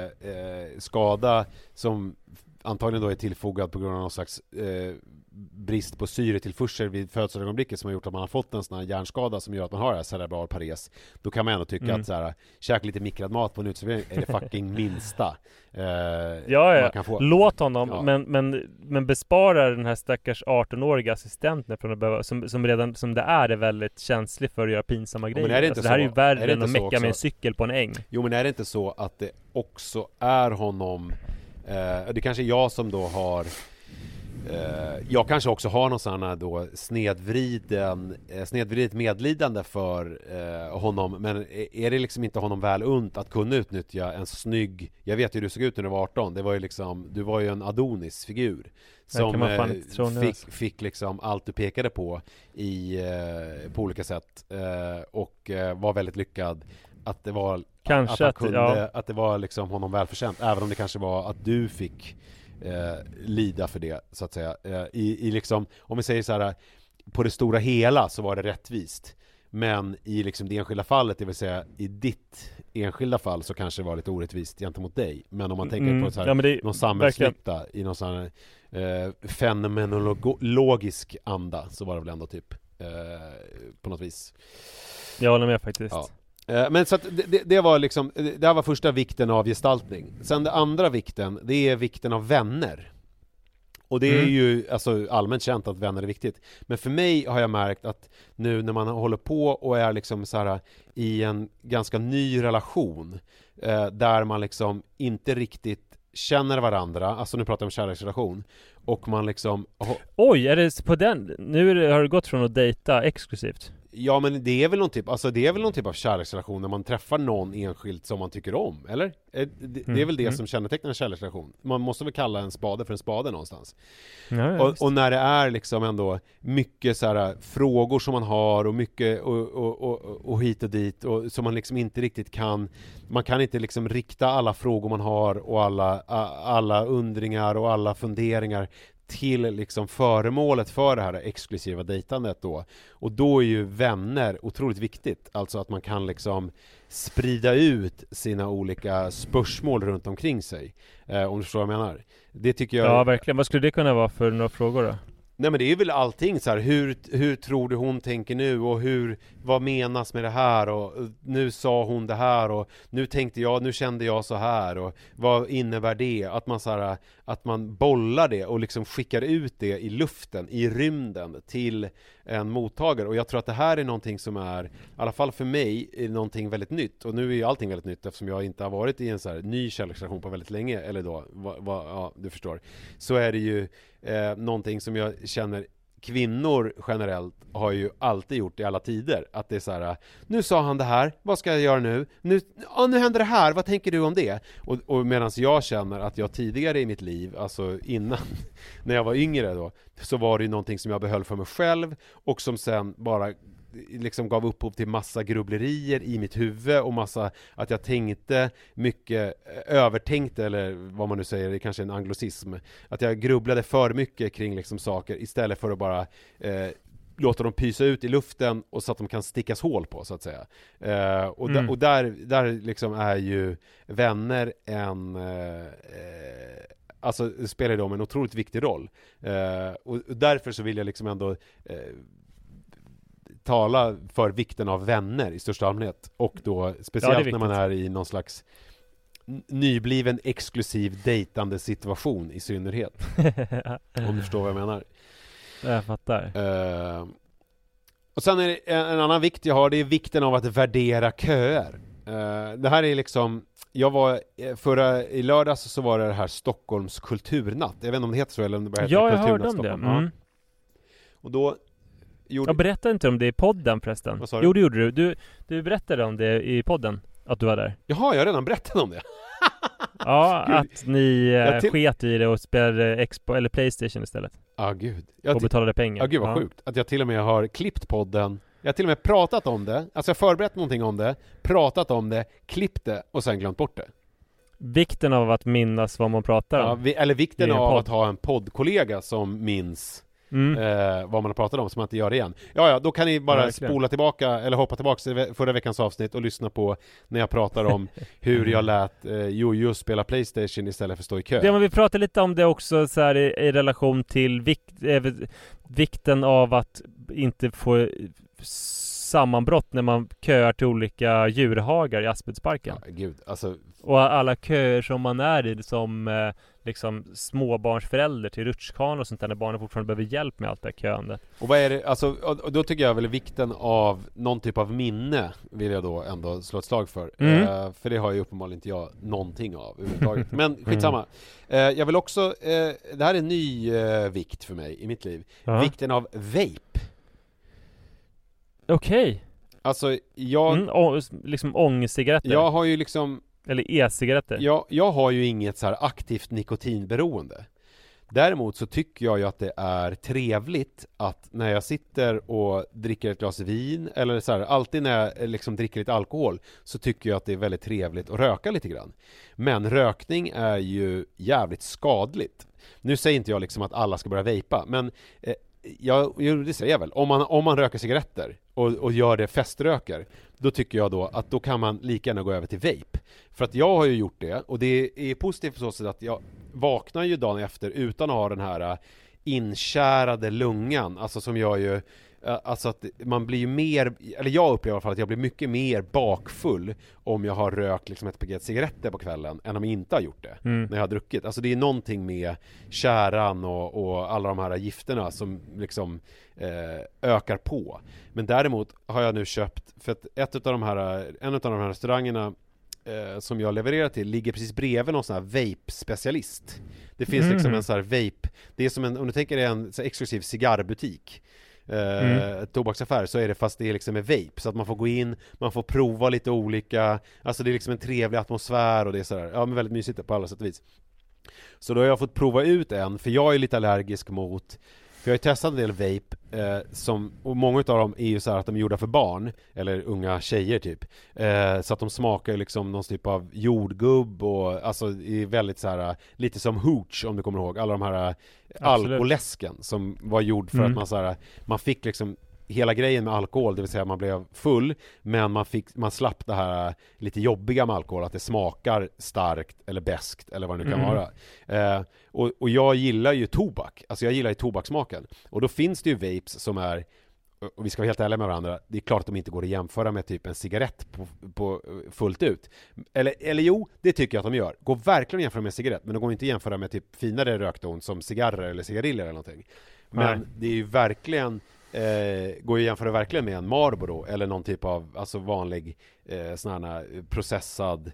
skada som antagligen då är tillfogad på grund av någon slags brist på syretillförsel vid födselögonblicket som har gjort att man har fått en sån här hjärnskada som gör att man har det här cerebral pares, då kan man ändå tycka att så här, käka lite mikrad mat på en uteservering är det fucking minsta man kan få. Låt honom, men bespara den här stackars 18-åriga assistenten från att behöva, som redan som det är väldigt känslig för att göra pinsamma grejer. Men är det inte alltså, det här är ju värre än att mecka också med en cykel på en äng. Jo, men är det inte så att det också är honom, det kanske är jag som då har jag kanske också har någon sån här då snedvridet medlidande för honom, men är det liksom inte honom väl unt att kunna utnyttja en snygg, jag vet ju hur du såg ut när du var 18, det var ju liksom, du var ju en Adonis-figur som fick liksom allt du pekade på på olika sätt och var väldigt lyckad, att det var kanske att det var liksom honom välförtjänt, även om det kanske var att du fick lida för det, så att säga. I liksom, om vi säger så här, på det stora hela så var det rättvist, men i liksom det enskilda fallet, det vill säga i ditt enskilda fall, så kanske det var lite orättvist gentemot dig. Men om man tänker på så här, någon samhällsnytta i någon sån här fenomenologisk anda, så var det väl ändå typ på något vis. Jag håller med faktiskt. Ja. Men så att det var liksom, det här var första vikten av gestaltning. Sen det andra vikten, det är vikten av vänner. Och det är ju alltså allmänt känt att vänner är viktigt. Men för mig har jag märkt att nu när man håller på och är liksom så här i en ganska ny relation där man liksom inte riktigt känner varandra, alltså nu pratar jag om kärleksrelation, och man liksom oj, är det på den? Nu har det gått från att dejta exklusivt. Ja, men det är väl någon typ av kärleksrelation när man träffar någon enskilt som man tycker om, eller? Det är väl det som kännetecknar en kärleksrelation. Man måste väl kalla en spade för en spade någonstans. Ja, och när det är liksom ändå mycket så här frågor som man har och mycket och hit och dit, och som man liksom inte riktigt kan, man kan inte liksom rikta alla frågor man har och alla undringar och alla funderingar till liksom föremålet för det här exklusiva dejtandet då. Och då är ju vänner otroligt viktigt. Alltså att man kan liksom sprida ut sina olika spörsmål runt omkring sig. Om du förstår vad jag menar. Det tycker jag... Ja, verkligen. Vad skulle det kunna vara för några frågor då? Nej, men det är väl allting så här, hur tror du hon tänker nu, och vad menas med det här, och nu sa hon det här, och nu tänkte jag, nu kände jag så här, och vad innebär det, att man så här, att man bollar det och liksom skickar ut det i luften, i rymden till en mottagare. Och jag tror att det här är någonting som är, i alla fall för mig, är någonting väldigt nytt. Och nu är ju allting väldigt nytt eftersom jag inte har varit i en så här ny kärleksrelation på väldigt länge, eller då, ja, du förstår. Så är det ju någonting som jag känner kvinnor generellt har ju alltid gjort i alla tider, att det är så här: nu sa han det här, vad ska jag göra nu? Nu händer det här, vad tänker du om det? Och medan jag känner att jag tidigare i mitt liv, alltså innan, när jag var yngre då, så var det ju någonting som jag behöll för mig själv, och som sen bara liksom gav upphov till massa grubblerier i mitt huvud, och massa att jag tänkte mycket, övertänkte, eller vad man nu säger, det är kanske en anglicism, att jag grubblade för mycket kring liksom saker istället för att bara låter dem pysa ut i luften och så att de kan stickas hål på, så att säga. Och där liksom är ju vänner alltså spelar de en otroligt viktig roll. Och därför så vill jag liksom ändå tala för vikten av vänner i största allmänhet. Och då speciellt när man är i någon slags nybliven exklusiv dejtande situation i synnerhet. Om du förstår vad jag menar. Jag fattar. Och sen är det en annan vikt jag har, det är vikten av att värdera köer. Det här är liksom, jag var i lördags så var det här Stockholms kulturnatt. Jag vet inte om det heter så eller om det bara heter jag Kulturnatt hörde om Stockholm. det. Mm. Och då Jag berättade inte om det i podden förresten. Vad sa du? Jo, det gjorde du. Du berättade om det i podden, att du var där. Jaha, jag har redan berättat om det. Ja, att ni sket i det och spelade Xbox eller PlayStation istället. Gud. Och betalade pengar. Gud vad sjukt. Att jag till och med har klippt podden. Jag har till och med pratat om det. Alltså jag har förberett någonting om det, pratat om det, klippt det och sen glömt bort det. Vikten av att minnas vad man pratar om. Eller vikten av att ha en poddkollega som minns vad man har pratat om, så man inte gör det igen. Ja, då kan ni bara spola tillbaka eller hoppa tillbaka till förra veckans avsnitt och lyssna på när jag pratar om hur jag lät Jojo spela PlayStation istället för att stå i kö. Ja, men vi pratade lite om det också så här, i relation till vikten av att inte få sammanbrott när man köar till olika djurhagar i Aspuddsparken. Ja, gud, alltså. Och alla köer som man är i som liksom småbarnsförälder till rutschkanor och sånt där, när barnen fortfarande behöver hjälp med allt det här köandet. Och vad är det, alltså, och då tycker jag väl vikten av någon typ av minne vill jag då ändå slå ett slag för. För det har ju uppenbarligen inte jag någonting av överhuvudtaget. Men skitsamma. Jag vill också, det här är en ny vikt för mig i mitt liv. Vikten av vape. Okej. Alltså jag liksom ångcigaretter. Jag har ju liksom, eller e-cigaretter. Jag har ju inget så här aktivt nikotinberoende. Däremot så tycker jag ju att det är trevligt att när jag sitter och dricker ett glas vin eller så här, alltid när jag liksom dricker lite alkohol, så tycker jag att det är väldigt trevligt att röka lite grann. Men rökning är ju jävligt skadligt. Nu säger inte jag liksom att alla ska börja vejpa, men det säger jag väl. Om man röker cigaretter och gör det feströker, då tycker jag då att då kan man lika gärna gå över till vape. För att jag har ju gjort det, och det är positivt på så sätt att jag vaknar ju dagen efter utan att ha den här inkärade lungan, alltså som gör ju alltså att man blir ju mer, eller jag upplever i alla fall att jag blir mycket mer bakfull om jag har rökt liksom ett paket cigaretter på kvällen än om jag inte har gjort det när jag har druckit. Alltså det är någonting med käran och alla de här gifterna som liksom ökar på. Men däremot har jag nu köpt, för att en av de här restaurangerna som jag levererar till ligger precis bredvid någon sån här vape-specialist. Det finns liksom en sån här vape, det är som om du tänker en så exklusiv cigarrbutik, tobaksaffär, så är det, fast det är liksom med vape, så att man får gå in, man får prova lite olika, alltså det är liksom en trevlig atmosfär och det är sådär, ja men väldigt mysigt på alla sätt och vis. Så då har jag fått prova ut en, för jag är lite allergisk mot, för jag har ju testat en del vape och många av dem är ju så här att de är gjorda för barn eller unga tjejer typ, så att de smakar liksom någon typ av jordgubb och alltså är väldigt så här lite som hooch, om du kommer ihåg alla de här alkoläsken som var gjord för att man så här, man fick liksom hela grejen med alkohol, det vill säga man blev full, men man slapp det här lite jobbiga med alkohol, att det smakar starkt eller beskt eller vad det nu kan vara. Och jag gillar ju tobak, alltså jag gillar ju tobaksmaken, och då finns det ju vapes som är, och vi ska vara helt ärliga med varandra, det är klart att de inte går att jämföra med typ en cigarett på fullt ut. Eller jo, det tycker jag att de gör. Går verkligen att jämföra med en cigarett, men de går inte att jämföra med typ finare rökton som cigarrer eller cigariller eller någonting. Men det är ju verkligen går ju att jämföra verkligen med en Marlboro eller någon typ av alltså vanlig sån här processad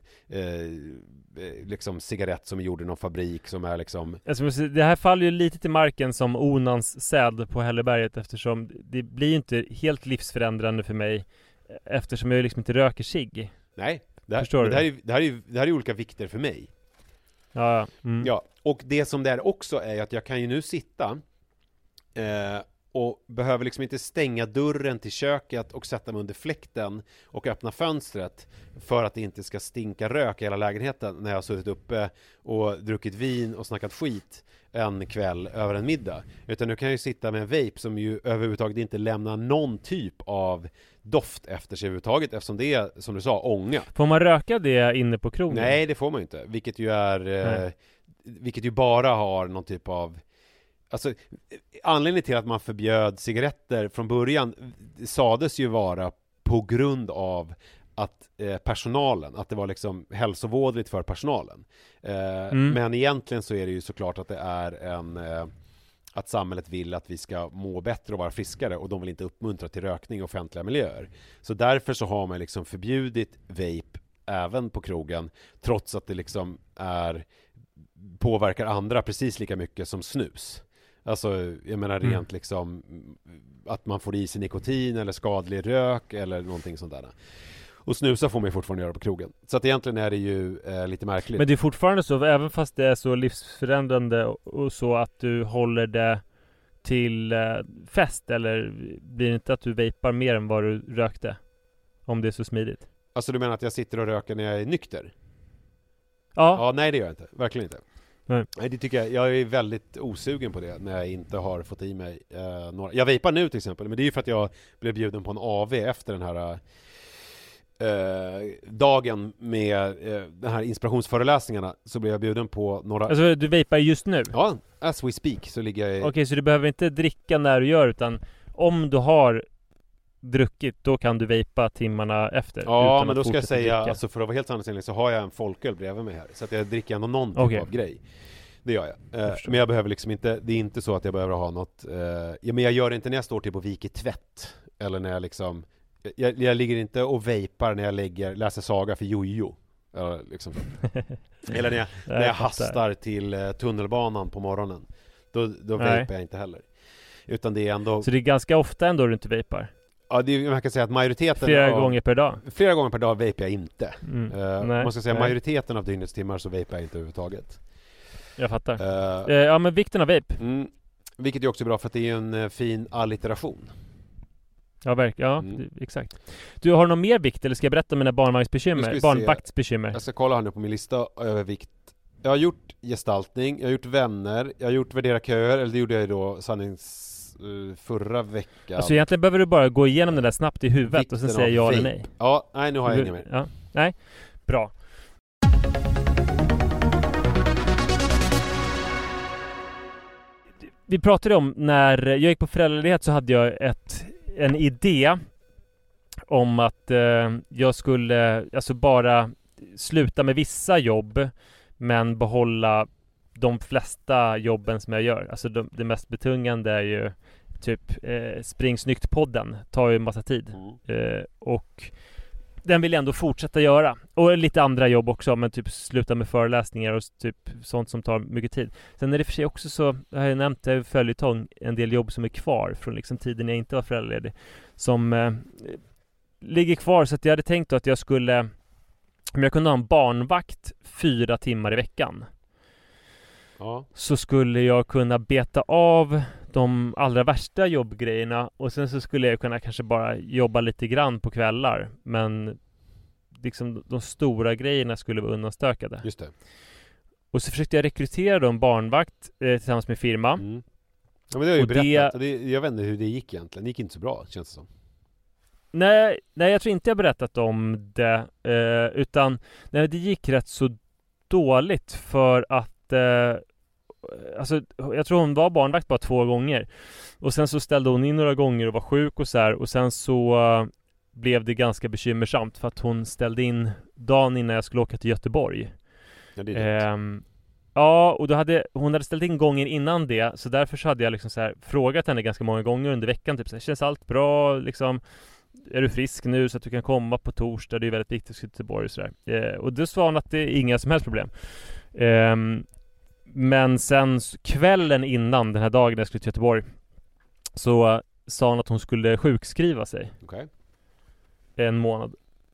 liksom cigarett som är gjord i någon fabrik som är liksom... Alltså, det här faller ju lite till marken som Onans säd på Hälleberget, eftersom det blir inte helt livsförändrande för mig eftersom jag liksom inte röker cigg. Nej, det här är ju olika vikter för mig. Ja. Ja, och det som det är också är att jag kan ju nu sitta och behöver liksom inte stänga dörren till köket och sätta mig under fläkten och öppna fönstret för att det inte ska stinka rök i hela lägenheten när jag har suttit uppe och druckit vin och snackat skit en kväll över en middag. Utan nu kan jag ju sitta med en vape som ju överhuvudtaget inte lämnar någon typ av doft efter sig överhuvudtaget, eftersom det är, som du sa, ånga. Får man röka det inne på krogen? Nej, det får man ju inte. Vilket ju är vilket ju bara har någon typ av, alltså, anledningen till att man förbjöd cigaretter från början sades ju vara på grund av att personalen, att det var liksom hälsovådligt för personalen. Men egentligen så är det ju såklart att det är att samhället vill att vi ska må bättre och vara friskare, och de vill inte uppmuntra till rökning i offentliga miljöer. Så därför så har man liksom förbjudit vape även på krogen, trots att det liksom påverkar andra precis lika mycket som snus. Alltså, jag menar rent liksom att man får i sig nikotin eller skadlig rök eller någonting sånt där. Och snusa får man ju fortfarande göra på krogen. Så att egentligen är det ju lite märkligt. Men det är fortfarande så, även fast det är så livsförändrande och så, att du håller det till fest, eller blir det inte att du vejpar mer än vad du rökte? Om det är så smidigt. Alltså du menar att jag sitter och röker när jag är nykter? Ja. Ja, nej det gör jag inte. Verkligen inte. Nej. Nej, det tycker jag är väldigt osugen på det när jag inte har fått i mig några. Jag vejpar nu till exempel, men det är ju för att jag blev bjuden på en AV efter den här dagen med den här inspirationsföreläsningarna, så blev jag bjuden på några. Alltså du vejpar just nu? Ja, as we speak så ligger jag Okej, så du behöver inte dricka när du gör, utan om du har druckit, då kan du vejpa timmarna efter. Ja, men då ska jag säga, alltså för att vara helt sanningsenlig så har jag en folköl bredvid mig här, så att jag dricker ändå någon typ av grej. Det gör jag. Men jag behöver liksom inte, det är inte så att jag behöver ha något men jag gör det inte när jag står typ och viker tvätt, eller när jag liksom jag ligger inte och vejpar när jag läser saga för Jojo. Liksom. Eller när jag hastar till tunnelbanan på morgonen. Då vejpar jag inte heller. Utan det är ändå. Så det är ganska ofta ändå du inte vejpar? Ja, man kan säga att majoriteten Flera gånger per dag? Flera gånger per dag vejpar jag inte. Man ska säga majoriteten av dygnets timmar så vejpar jag inte överhuvudtaget. Jag fattar. Ja, men vikten av vape. Vilket är också bra för att det är en fin allitteration. Ja, verkligen. Ja, exakt. Du har någon mer vikt, eller ska jag berätta om mina barnvaktsbekymmer? Jag ska kolla här nu på min lista över vikt. Jag har gjort gestaltning, jag har gjort vänner, jag har gjort värdera köer, eller det gjorde jag då förra veckan. Alltså egentligen behöver du bara gå igenom det där snabbt i huvudet Vikten och sen säga ja eller nej. Ja, nej, nu har jag inget mer. Ja, nej, bra. Vi pratade om, när jag gick på föräldraledighet så hade jag en idé om att jag skulle alltså bara sluta med vissa jobb men behålla de flesta jobben som jag gör. Alltså det mest betungande är ju typ Spring Snyggt-podden. Tar ju en massa tid. Och den vill jag ändå fortsätta göra. Och lite andra jobb också, men typ sluta med föreläsningar och typ sånt som tar mycket tid. Sen är det för sig också så, jag har ju nämnt, jag följetong en del jobb som är kvar från liksom tiden jag inte var föräldraledig, som ligger kvar. Så att jag hade tänkt att jag skulle, om jag kunde ha en barnvakt 4 timmar i veckan, så skulle jag kunna beta av de allra värsta jobbgrejerna, och sen så skulle jag kunna kanske bara jobba lite grann på kvällar, men liksom de stora grejerna skulle vara undanstökade. Just det. Och så försökte jag rekrytera då en barnvakt tillsammans med firma. Ja, men det har jag ju berättat. Jag vet inte hur det gick egentligen. Det gick inte så bra, känns det som. Nej, jag tror inte jag berättat om det, utan det gick rätt så dåligt, för att alltså, jag tror hon var barnvakt bara 2 gånger. Och sen så ställde hon in några gånger och var sjuk och så här. Och sen så blev det ganska bekymmersamt, för att hon ställde in dagen innan jag skulle åka till Göteborg. Ja, det är ja, och hon hade ställt in gånger innan det. Så därför så hade jag liksom så här frågat henne ganska många gånger under veckan. Typ så här, känns allt bra? Liksom, är du frisk nu så att du kan komma på torsdag? Det är väldigt viktigt att till Göteborg och så där. Och då sa hon att det är inga som helst problem. Men sen kvällen innan den här dagen jag skulle till Göteborg, så sa hon att hon skulle sjukskriva sig. Okay. 1 månad.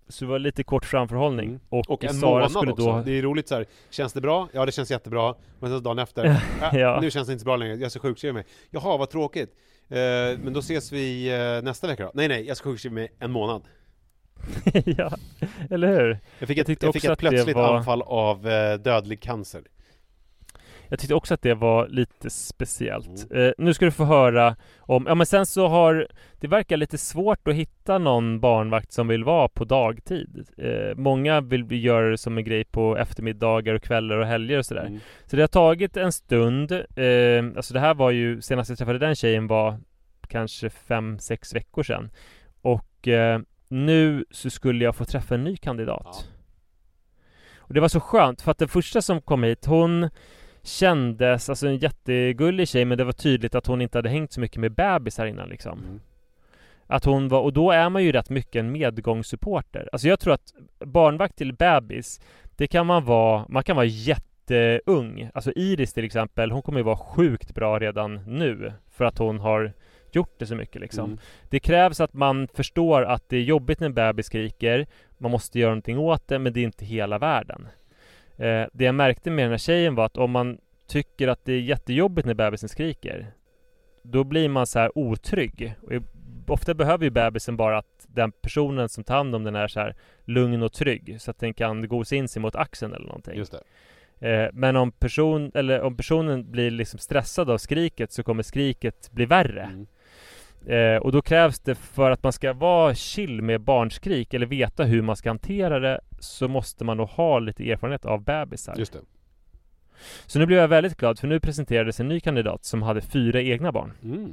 Så det var lite kort framförhållning. Och en Sara månad skulle också. då... Det är roligt så här. Känns det bra? Ja, det känns jättebra. Men sen dagen efter, Ja. nu känns det inte så bra längre. Jag ska sjukskriva mig. Jaha, vad tråkigt. Men då ses vi nästa vecka då. Nej, jag ska sjukskriva mig en månad. Ja, eller hur? Jag fick ett plötsligt anfall av dödlig cancer. Jag tyckte också att det var lite speciellt. Nu ska du få höra om... Ja, men sen så har... Det verkar lite svårt att hitta någon barnvakt som vill vara på dagtid. Många vill göra det som en grej på eftermiddagar och kvällar och helger och sådär. Så det har tagit en stund. Alltså det här var ju... Senast jag träffade den tjejen var kanske 5-6 veckor sedan. Och nu så skulle jag få träffa en ny kandidat. Ja. Och det var så skönt, för att den första som kom hit, hon... kändes, alltså en jättegullig tjej, men det var tydligt att hon inte hade hängt så mycket med bebis här innan liksom. Att hon var, och då är man ju rätt mycket en medgångssupporter. Alltså jag tror att barnvakt till bebis, det kan man kan vara jätteung. Alltså Iris till exempel, hon kommer ju vara sjukt bra redan nu för att hon har gjort det så mycket liksom. Det krävs att man förstår att det är jobbigt när en bebis skriker, man måste göra någonting åt det, men det är inte hela världen. Det jag märkte med den här tjejen var att om man tycker att det är jättejobbigt när bebisen skriker, då blir man så här otrygg. Och ofta behöver ju bebisen bara att den personen som tar hand om den är så här lugn och trygg, så att den kan gosa in sig mot axeln eller någonting. Just det. Men om personen blir liksom stressad av skriket, så kommer skriket bli värre. Och då krävs det, för att man ska vara chill med barnskrik eller veta hur man ska hantera det, så måste man nog ha lite erfarenhet av bebisar. Just det. Så nu blev jag väldigt glad, för nu presenterades en ny kandidat som hade 4 egna barn.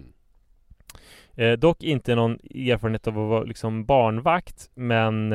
Dock inte någon erfarenhet av att vara liksom barnvakt, men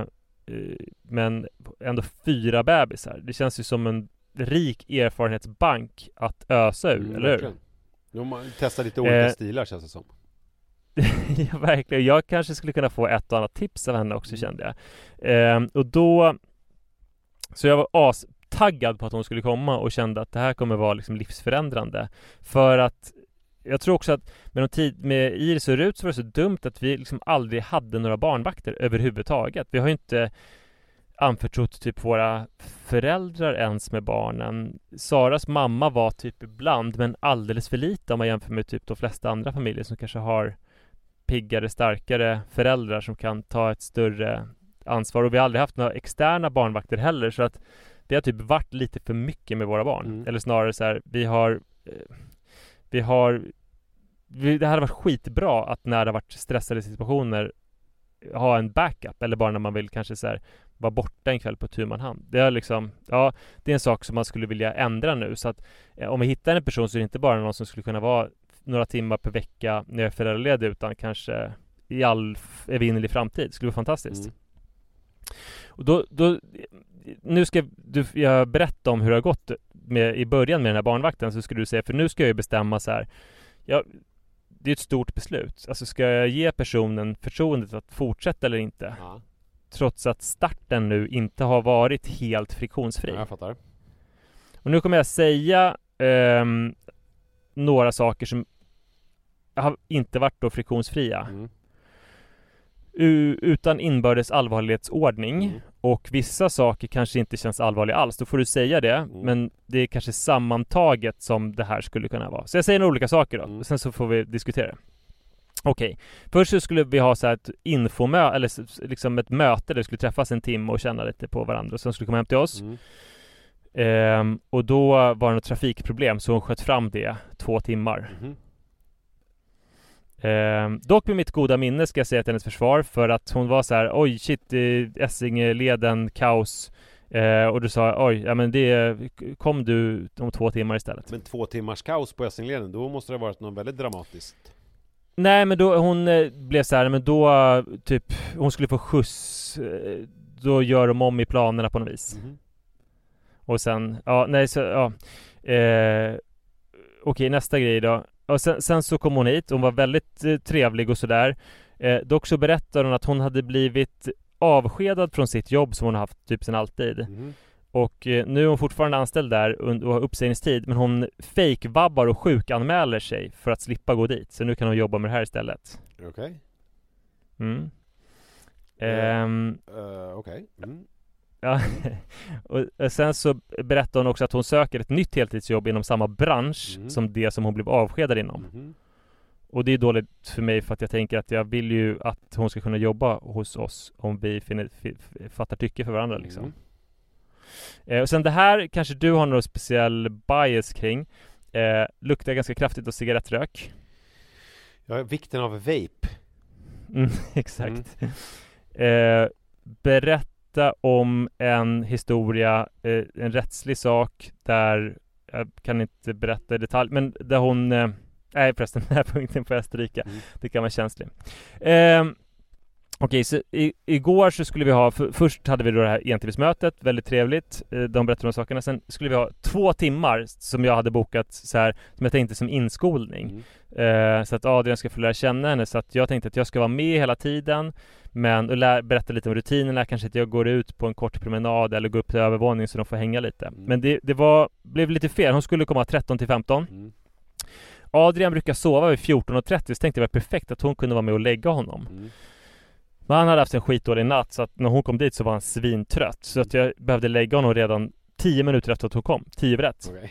ändå 4 bebisar. Det känns ju som en rik erfarenhetsbank att ösa ur, eller hur? De testar lite olika stilar, känns det som. Ja, verkligen. Jag kanske skulle kunna få ett och annat tips av henne också, kände jag. Och då... Så jag var taggad på att hon skulle komma och kände att det här kommer vara liksom livsförändrande. För att jag tror också att med Iris och Rut så var det så dumt att vi liksom aldrig hade några barnvakter överhuvudtaget. Vi har ju inte anförtrott typ våra föräldrar ens med barnen. Saras mamma var typ ibland, men alldeles för lite om man jämför med typ de flesta andra familjer som kanske har piggare, starkare föräldrar som kan ta ett större ansvar. Och vi har aldrig haft några externa barnvakter heller, så att det har typ varit lite för mycket med våra barn. Eller snarare så här, det hade varit skitbra att när det har varit stressade situationer ha en backup, eller bara när man vill kanske så här vara borta en kväll på tu man hand. Det är liksom, det är en sak som man skulle vilja ändra nu, så att om vi hittar en person så är det inte bara någon som skulle kunna vara några timmar per vecka när jag är föräldraledig, utan kanske i all evinnerlig framtid. Det skulle vara fantastiskt. Och då nu ska jag berätta om hur det har gått i början med den här barnvakten, så skulle du säga, för nu ska jag ju bestämma så här. Det är ett stort beslut. Alltså, ska jag ge personen förtroendet att fortsätta eller inte? Ja. Trots att starten nu inte har varit helt friktionsfri. Ja, jag fattar. Och nu kommer jag säga några saker som har inte varit då friktionsfria. Utan inbördes allvarlighetsordning. Och vissa saker kanske inte känns allvarliga alls. Då får du säga det. Men det är kanske sammantaget som det här skulle kunna vara. Så jag säger några olika saker då. Och sen så får vi diskutera det. Okej. Först så skulle vi ha så här ett infomöte, eller liksom ett möte där vi skulle träffas en timme och känna lite på varandra. Och sen skulle komma hem till oss. Och då var det något trafikproblem, så hon sköt fram det 2 timmar. Dock med mitt goda minne ska jag säga till hennes försvar, för att hon var så här: oj shit, Essingeleden kaos, och du sa men det kom du om 2 timmar istället. Men 2 timmars kaos på Essingeleden, då måste det ha varit något väldigt dramatiskt. Nej, men då hon blev så här, men då typ hon skulle få skjuts, då gör de om i planerna på något vis. Och sen okej, nästa grej då. Och sen så kom hon hit. Hon var väldigt trevlig och sådär. Dock så berättade hon att hon hade blivit avskedad från sitt jobb som hon har haft typ sedan alltid. Och nu är hon fortfarande anställd där och har uppsägningstid. Men hon fake-vabbar och sjukanmäler sig för att slippa gå dit. Så nu kan hon jobba med det här istället. Okej. Okej. Mm. Ja. Och sen så berättar hon också att hon söker ett nytt heltidsjobb inom samma bransch som det som hon blev avskedad inom. Och det är dåligt för mig för att jag tänker att jag vill ju att hon ska kunna jobba hos oss om vi fattar tycke för varandra liksom. Och sen det här kanske du har någon speciell bias kring. Luktar ganska kraftigt av cigarettrök. Ja, vikten av vape. Exakt. Berätta om en historia, en rättslig sak där, jag kan inte berätta i detalj, men där hon nej förresten, den här punkten får jag stryka. Det kan vara känsligt. Okej, så igår så skulle vi ha, först hade vi då det här entimesmötet, väldigt trevligt, de berättade om sakerna. Sen skulle vi ha 2 timmar som jag hade bokat så här, som jag tänkte som inskolning. Så att Adrian ska få lära känna henne, så att jag tänkte att jag ska vara med hela tiden, men och berätta lite om rutinerna, kanske att jag går ut på en kort promenad eller går upp till övervåningen så de får hänga lite. Men det blev lite fel, hon skulle komma 13-15. Adrian brukar sova vid 14:30, så tänkte jag var perfekt att hon kunde vara med och lägga honom. Men han hade haft en skitdålig natt, så att när hon kom dit så var han svintrött. Så att jag behövde lägga honom redan 10 minuter efter att hon kom. 10 rätt. Okay.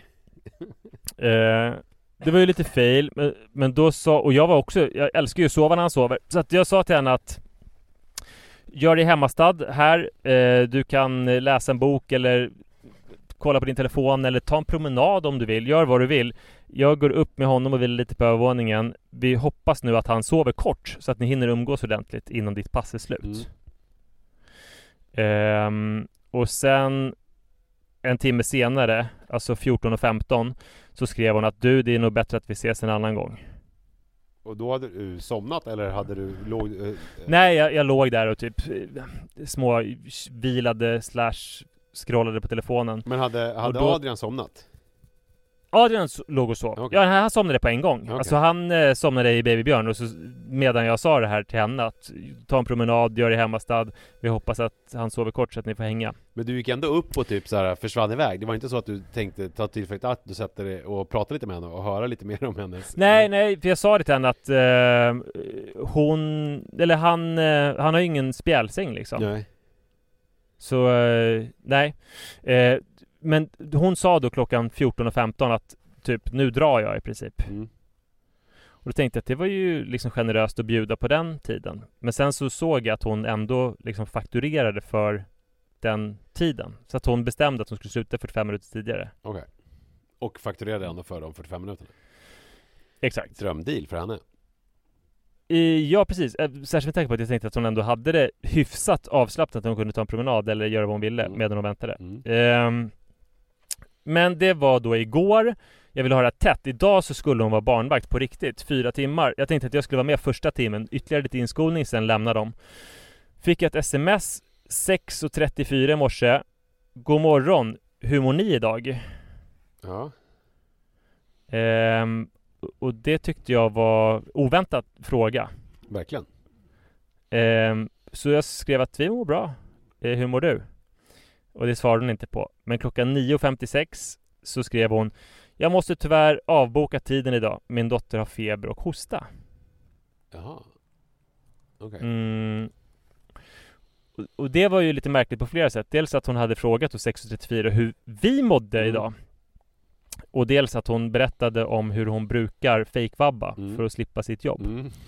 Det var ju lite fail, men då sa, och jag älskar ju att sova när han sover. Så att jag sa till henne att gör dig hemmastad här. Du kan läsa en bok eller kolla på din telefon eller ta en promenad om du vill. Gör vad du vill. Jag går upp med honom och vill lite på övervåningen. Vi hoppas nu att han sover kort så att ni hinner umgås ordentligt innan ditt pass är slut. Och sen en timme senare, alltså 14:15, så skrev hon att det är nog bättre att vi ses en annan gång. Och då hade du somnat eller hade du Nej, jag låg där och typ små vilade / scrollade på telefonen. Men hade Adrian somnat? Adrian låg och sov. Okay. Ja, han somnade på en gång. Okay. Alltså han somnade i Babybjörn, och så medan jag sa det här till henne att ta en promenad, gör det hemmastad. Vi hoppas att han sover kort så att ni får hänga. Men du gick ändå upp och typ så här försvann iväg. Det var inte så att du tänkte ta tillfället att du sätter dig och prata lite med henne och höra lite mer om hennes... Nej, för jag sa det till henne att han har ju ingen spjälsäng liksom. Nej. Så nej. Men hon sa då klockan 14:15 att typ nu drar jag i princip. Och då tänkte jag att det var ju liksom generöst att bjuda på den tiden. Men sen så såg jag att hon ändå liksom fakturerade för den tiden. Så att hon bestämde att hon skulle sluta 45 minuter tidigare. Okej. Och fakturerade ändå för de 45 minuterna. Exakt. Drömdeal för henne. Ja, precis. Särskilt med tanke på att jag tänkte att hon ändå hade det hyfsat avslappnat att hon kunde ta en promenad eller göra vad hon ville medan hon väntade. Men det var då igår. Jag ville ha det tätt. Idag så skulle hon vara barnvakt på riktigt 4 timmar. Jag tänkte att jag skulle vara med första timmen, ytterligare lite inskolning, sen lämna dem. Fick ett sms 6:34 i morse. God morgon, hur mår ni idag? Ja. Och det tyckte jag var oväntat fråga. Verkligen. Så jag skrev att vi mår bra. Hur mår du? Och det svarade hon inte på. Men klockan 9:56 så skrev hon: jag måste tyvärr avboka tiden idag. Min dotter har feber och hosta. Jaha. Okej. Och det var ju lite märkligt på flera sätt. Dels att hon hade frågat hos 6:34 hur vi mådde idag. Och dels att hon berättade om hur hon brukar fejkvabba för att slippa sitt jobb.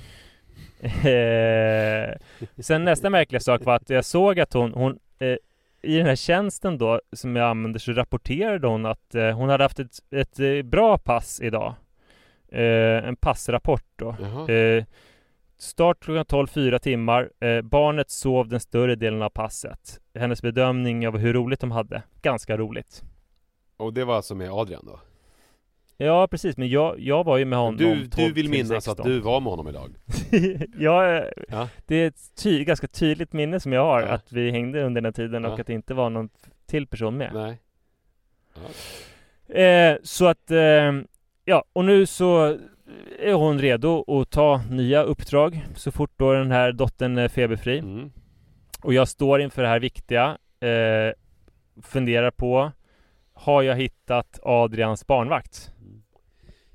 Sen nästa märkliga sak var att jag såg att hon i den här tjänsten då som jag använder, så rapporterade hon att hon hade haft ett bra pass idag. En passrapport då. Start klockan 12, 4 timmar. Barnet sov den större delen av passet. Hennes bedömning av hur roligt de hade. Ganska roligt. Och det var alltså med Adrian då? Ja, precis. Men jag var ju med honom. Du vill minnas att du var med honom idag? Ja. Det är ett ganska tydligt minne som jag har. Att vi hängde under den tiden och att det inte var någon till person med. Nej. Så att och nu så är hon redo att ta nya uppdrag så fort då den här dottern är feberfri. Och jag står inför det här viktiga, funderar på: har jag hittat Adrians barnvakt?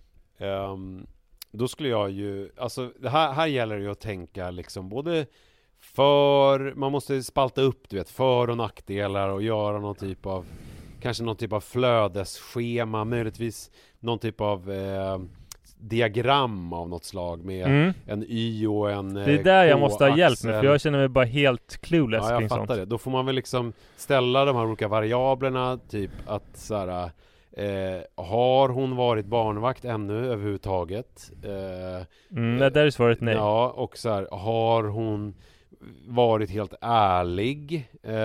Då skulle jag ju, alltså det här gäller ju att tänka liksom både man måste spalta upp, du vet, för- och nackdelar och göra någon typ av flödesschema, möjligtvis någon typ av diagram av något slag med en Y och en Det är där jag måste ha hjälp K-axel. med, för jag känner mig bara helt clueless Ja, kring jag fattar sånt. det. Då får man väl liksom ställa de här olika variablerna, typ att så här, har hon varit barnvakt ännu överhuvudtaget? Där är svaret nej. Ja, och så här, har hon varit helt ärlig?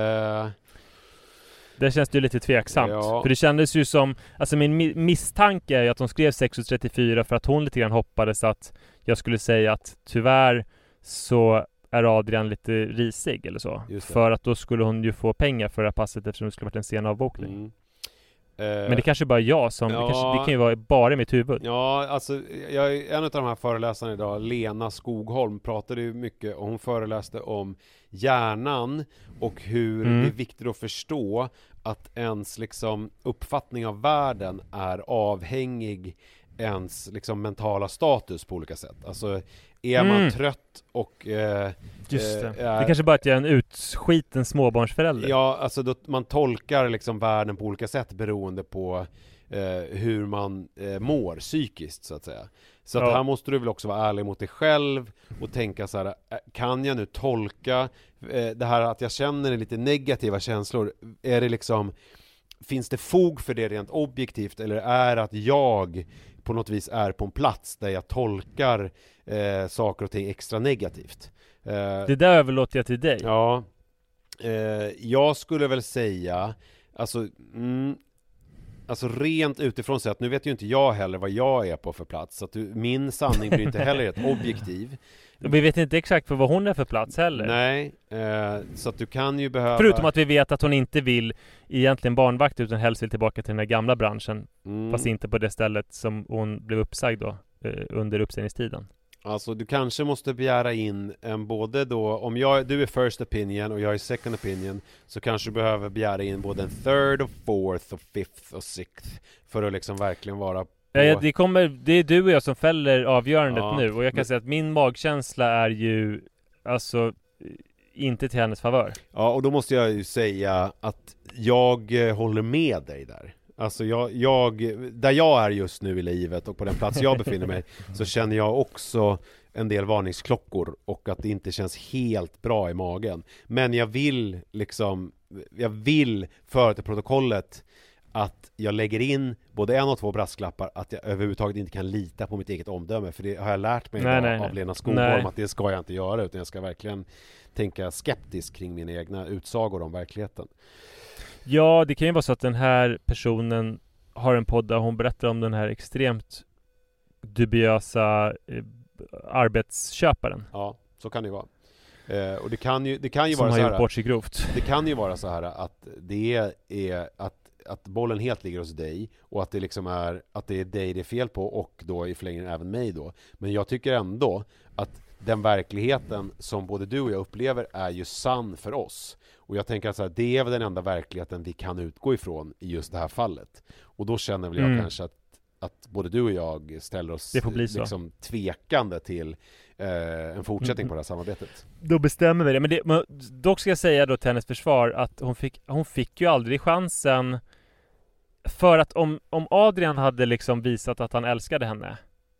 Det känns ju lite tveksamt. Ja. För det kändes ju som, alltså min misstanke är ju att hon skrev 6:34 för att hon lite grann hoppades att jag skulle säga att tyvärr så är Adrian lite risig eller så. För att då skulle hon ju få pengar för det här passet eftersom det skulle varit en sen avbokning. Men det kanske bara är jag som, det kan ju vara bara i mitt huvud. Ja, alltså en av de här föreläsarna idag, Lena Skogholm, pratade ju mycket och hon föreläste om hjärnan och hur det är viktigt att förstå att ens liksom uppfattning av världen är avhängig ens liksom mentala status på olika sätt. Alltså är man trött och just det. Det kanske bara att jag är en utskiten småbarnsförälder. Ja, alltså då, man tolkar liksom världen på olika sätt beroende på hur man mår psykiskt så att säga. Så att här måste du väl också vara ärlig mot dig själv och tänka så här: kan jag nu tolka det här att jag känner lite negativa känslor? Är det liksom, finns det fog för det rent objektivt, eller är det att jag på något vis är på en plats där jag tolkar saker och ting extra negativt? Det där överlåter jag till dig. Ja, jag skulle väl säga alltså rent utifrån så att nu vet ju inte jag heller vad jag är på för plats, så att min sanning blir inte heller ett objektiv. Vi vet inte exakt för vad hon är för plats heller. Nej, så att du kan ju behöva... Förutom att vi vet att hon inte vill egentligen barnvakt utan helst vill tillbaka till den här gamla branschen. Fast inte på det stället som hon blev uppsagd då under uppsägningstiden. Alltså du kanske måste begära in en både då, om du är first opinion och jag är second opinion, så kanske du behöver begära in både en third och fourth och fifth och sixth för att liksom verkligen vara på... Ja, det är du och jag som fäller avgörandet nu, och jag kan säga att min magkänsla är ju alltså inte till hennes favör. Ja, och då måste jag ju säga att jag håller med dig där. Alltså där jag är just nu i livet och på den plats jag befinner mig, så känner jag också en del varningsklockor och att det inte känns helt bra i magen. Men jag vill föra till protokollet att jag lägger in både en och två brasklappar att jag överhuvudtaget inte kan lita på mitt eget omdöme, för det har jag lärt mig av Lena Skogholm att det ska jag inte göra, utan jag ska verkligen tänka skeptiskt kring mina egna utsagor om verkligheten. Ja, det kan ju vara så att den här personen har en podd där hon berättar om den här extremt dubiösa arbetsköparen. Ja, så kan det vara. Och det kan ju som vara har så här, gjort bort sig grovt. det kan ju vara så här att det är att bollen helt ligger hos dig och att det liksom är att det är dig det är fel på, och då i förlängningen även mig då. Men jag tycker ändå att den verkligheten som både du och jag upplever är ju sann för oss. Och jag tänker att så här, det är väl den enda verkligheten vi kan utgå ifrån i just det här fallet. Och då känner väl jag kanske att både du och jag ställer oss liksom tvekande till en fortsättning på det här samarbetet. Då bestämmer vi det. Men dock ska jag säga då till hennes försvar att hon fick ju aldrig chansen, för att om Adrian hade liksom visat att han älskade henne,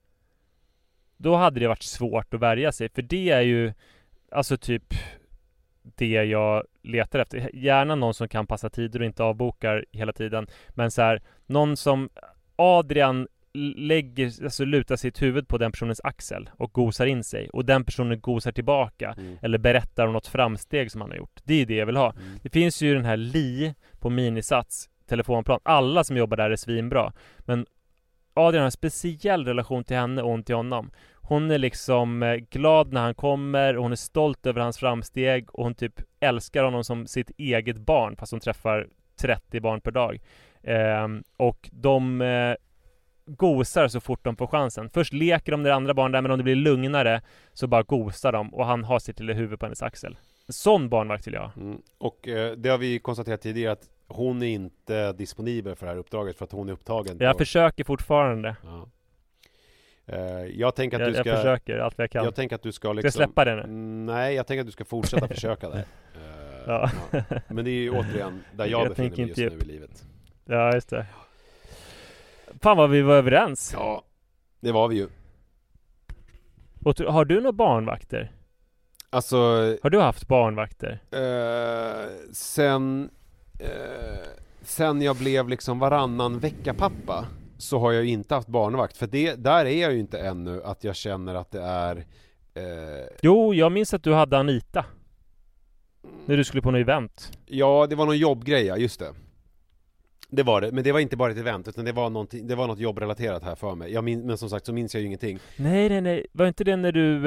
då hade det varit svårt att värja sig. För det är ju alltså typ det jag letar efter. Gärna någon som kan passa tider och inte avbokar hela tiden. Men så här, någon som Adrian lutar sitt huvud på den personens axel och gosar in sig, och den personen gosar tillbaka eller berättar om något framsteg som han har gjort. Det är det jag vill ha. Det finns ju den här på Minisats telefonplan. Alla som jobbar där är svinbra, men Adrian har en speciell relation till henne och hon till honom. Hon är liksom glad när han kommer och hon är stolt över hans framsteg, och hon typ älskar honom som sitt eget barn, fast hon träffar 30 barn per dag. Och de gosar så fort de får chansen. Först leker de med andra barn där, men om det blir lugnare så bara gosar de, och han har sitt lilla huvud på hennes axel. En sån barnvakt vill jag. Och det har vi konstaterat tidigare att hon är inte disponibel för det här uppdraget för att hon är upptagen. Jag försöker fortfarande. Ja. Jag tänker att jag försöker allt jag kan. Jag tänker att du ska liksom... Ska jag släppa det nu? Nej, jag tänker att du ska fortsätta försöka där. Ja. Men det är ju återigen där jag befinner mig just nu i livet. Ja, just det. Fan vad vi var överens. Ja, det var vi ju. Och har du några barnvakter? Alltså... Har du haft barnvakter? Sen jag blev liksom varannan vecka pappa, så har jag ju inte haft barnvakt. För där är jag ju inte ännu att jag känner att det är... Jo, jag minns att du hade Anita. När du skulle på något event. Ja, det var någon jobbgrej, just det. Det var det, men det var inte bara ett event, utan det var något jobbrelaterat här för mig. Men som sagt så minns jag ju ingenting. Nej. Var inte det när du...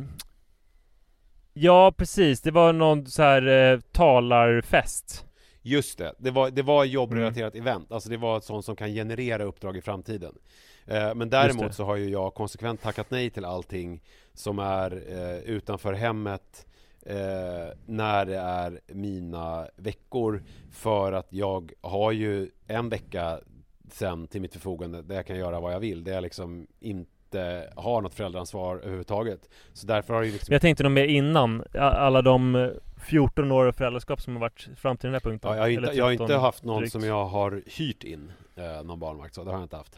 Ja, precis. Det var någon så här talarfest. Just det. Det var jobbrelaterat event. Alltså det var ett sånt som kan generera uppdrag i framtiden. Men däremot så har ju jag konsekvent tackat nej till allting som är utanför hemmet när det är mina veckor, för att jag har ju en vecka sen till mitt förfogande där jag kan göra vad jag vill. Det är liksom inte har något föräldraansvar överhuvudtaget. Så därför har det liksom... Jag tänkte nog mer innan alla de 14 år av föräldraskap som har varit fram till den här punkten. Ja, jag har inte haft någon drygt som jag har hyrt in någon barnvakt, så det har jag inte haft.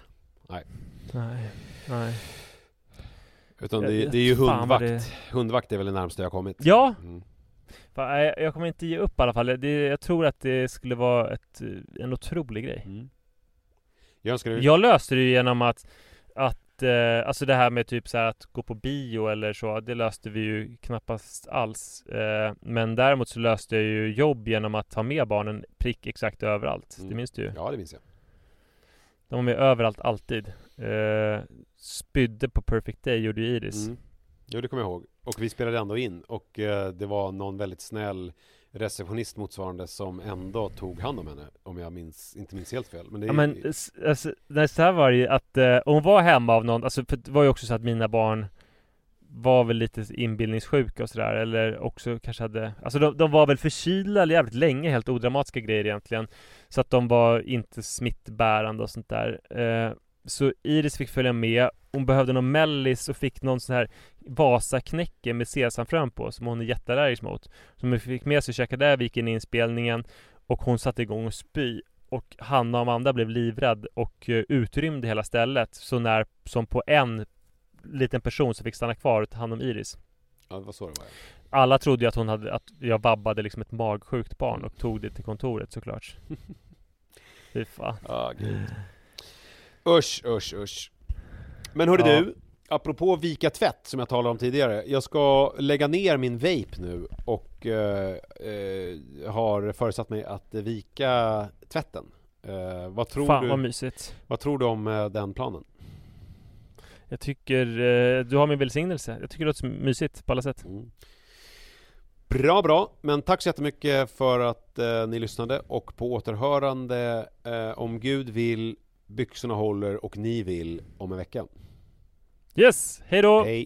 Nej. Utan det är ju hundvakt. Hundvakt är väl det närmaste jag har kommit. Ja. Jag kommer inte ge upp i alla fall. Jag tror att det skulle vara en otrolig grej. Jag löste det ju genom att alltså det här med typ så här att gå på bio eller så, det löste vi ju knappast alls. Men däremot så löste jag ju jobb genom att ta med barnen prick exakt överallt. Det minns du ju? Ja, det minns jag. De var med överallt alltid. Spydde på Perfect Day gjorde ju Iris. Jo, det kommer jag ihåg. Och vi spelade ändå in. Och det var någon väldigt snäll receptionist motsvarande som ändå tog hand om henne, om jag inte minns helt fel. Men det är... så här var det ju att hon var hemma av någon, alltså för det var ju också så att mina barn var väl lite inbildningssjuka och sådär, eller också kanske hade, alltså de var väl förkylda jävligt länge, helt odramatiska grejer egentligen, så att de var inte smittbärande och sånt där. Så Iris fick följa med. Hon behövde någon mellis och fick någon sån här Vasaknäcke med sesamfrön på, som hon är jätteallergisk mot. Så hon fick med sig och käka där, vi gick in i inspelningen och hon satte igång och spy. Och Hanna och Amanda blev livrädd och utrymde hela stället, så som på en liten person som fick stanna kvar och ta hand om Iris. Ja, det var så det var. Alla trodde ju att jag vabbade liksom ett magsjukt barn och tog det till kontoret, såklart. Fy fan. Gud. Usch. Men hörru du, apropå vika tvätt som jag talade om tidigare. Jag ska lägga ner min vape nu och har förutsatt mig att vika tvätten. Vad mysigt. Vad tror du om den planen? Jag tycker du har min välsignelse. Jag tycker det låter mysigt på alla sätt. Bra. Men tack så jättemycket för att ni lyssnade, och på återhörande, om Gud vill, byxorna håller och ni vill, om en vecka. Yes, hej då! Hej.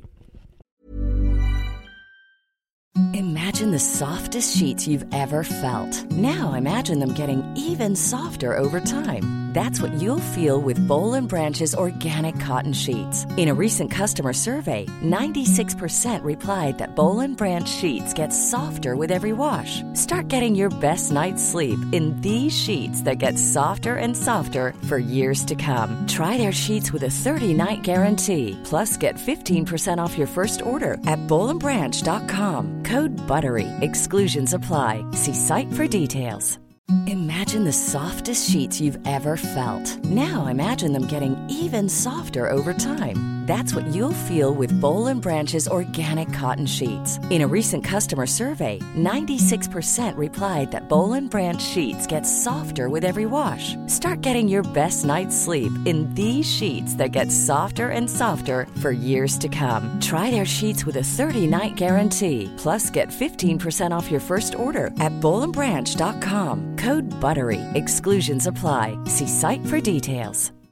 Imagine the softest sheets you've ever felt. Now imagine them getting even softer over time. That's what you'll feel with Boll & Branch's organic cotton sheets. In a recent customer survey, 96% replied that Boll & Branch sheets get softer with every wash. Start getting your best night's sleep in these sheets that get softer and softer for years to come. Try their sheets with a 30-night guarantee. Plus, get 15% off your first order at bollandbranch.com. Code BUTTERY. Exclusions apply. See site for details. Imagine the softest sheets you've ever felt. Now imagine them getting even softer over time. That's what you'll feel with Boll & Branch's organic cotton sheets. In a recent customer survey, 96% replied that Boll & Branch sheets get softer with every wash. Start getting your best night's sleep in these sheets that get softer and softer for years to come. Try their sheets with a 30-night guarantee. Plus, get 15% off your first order at bollandbranch.com. Code BUTTERY. Exclusions apply. See site for details.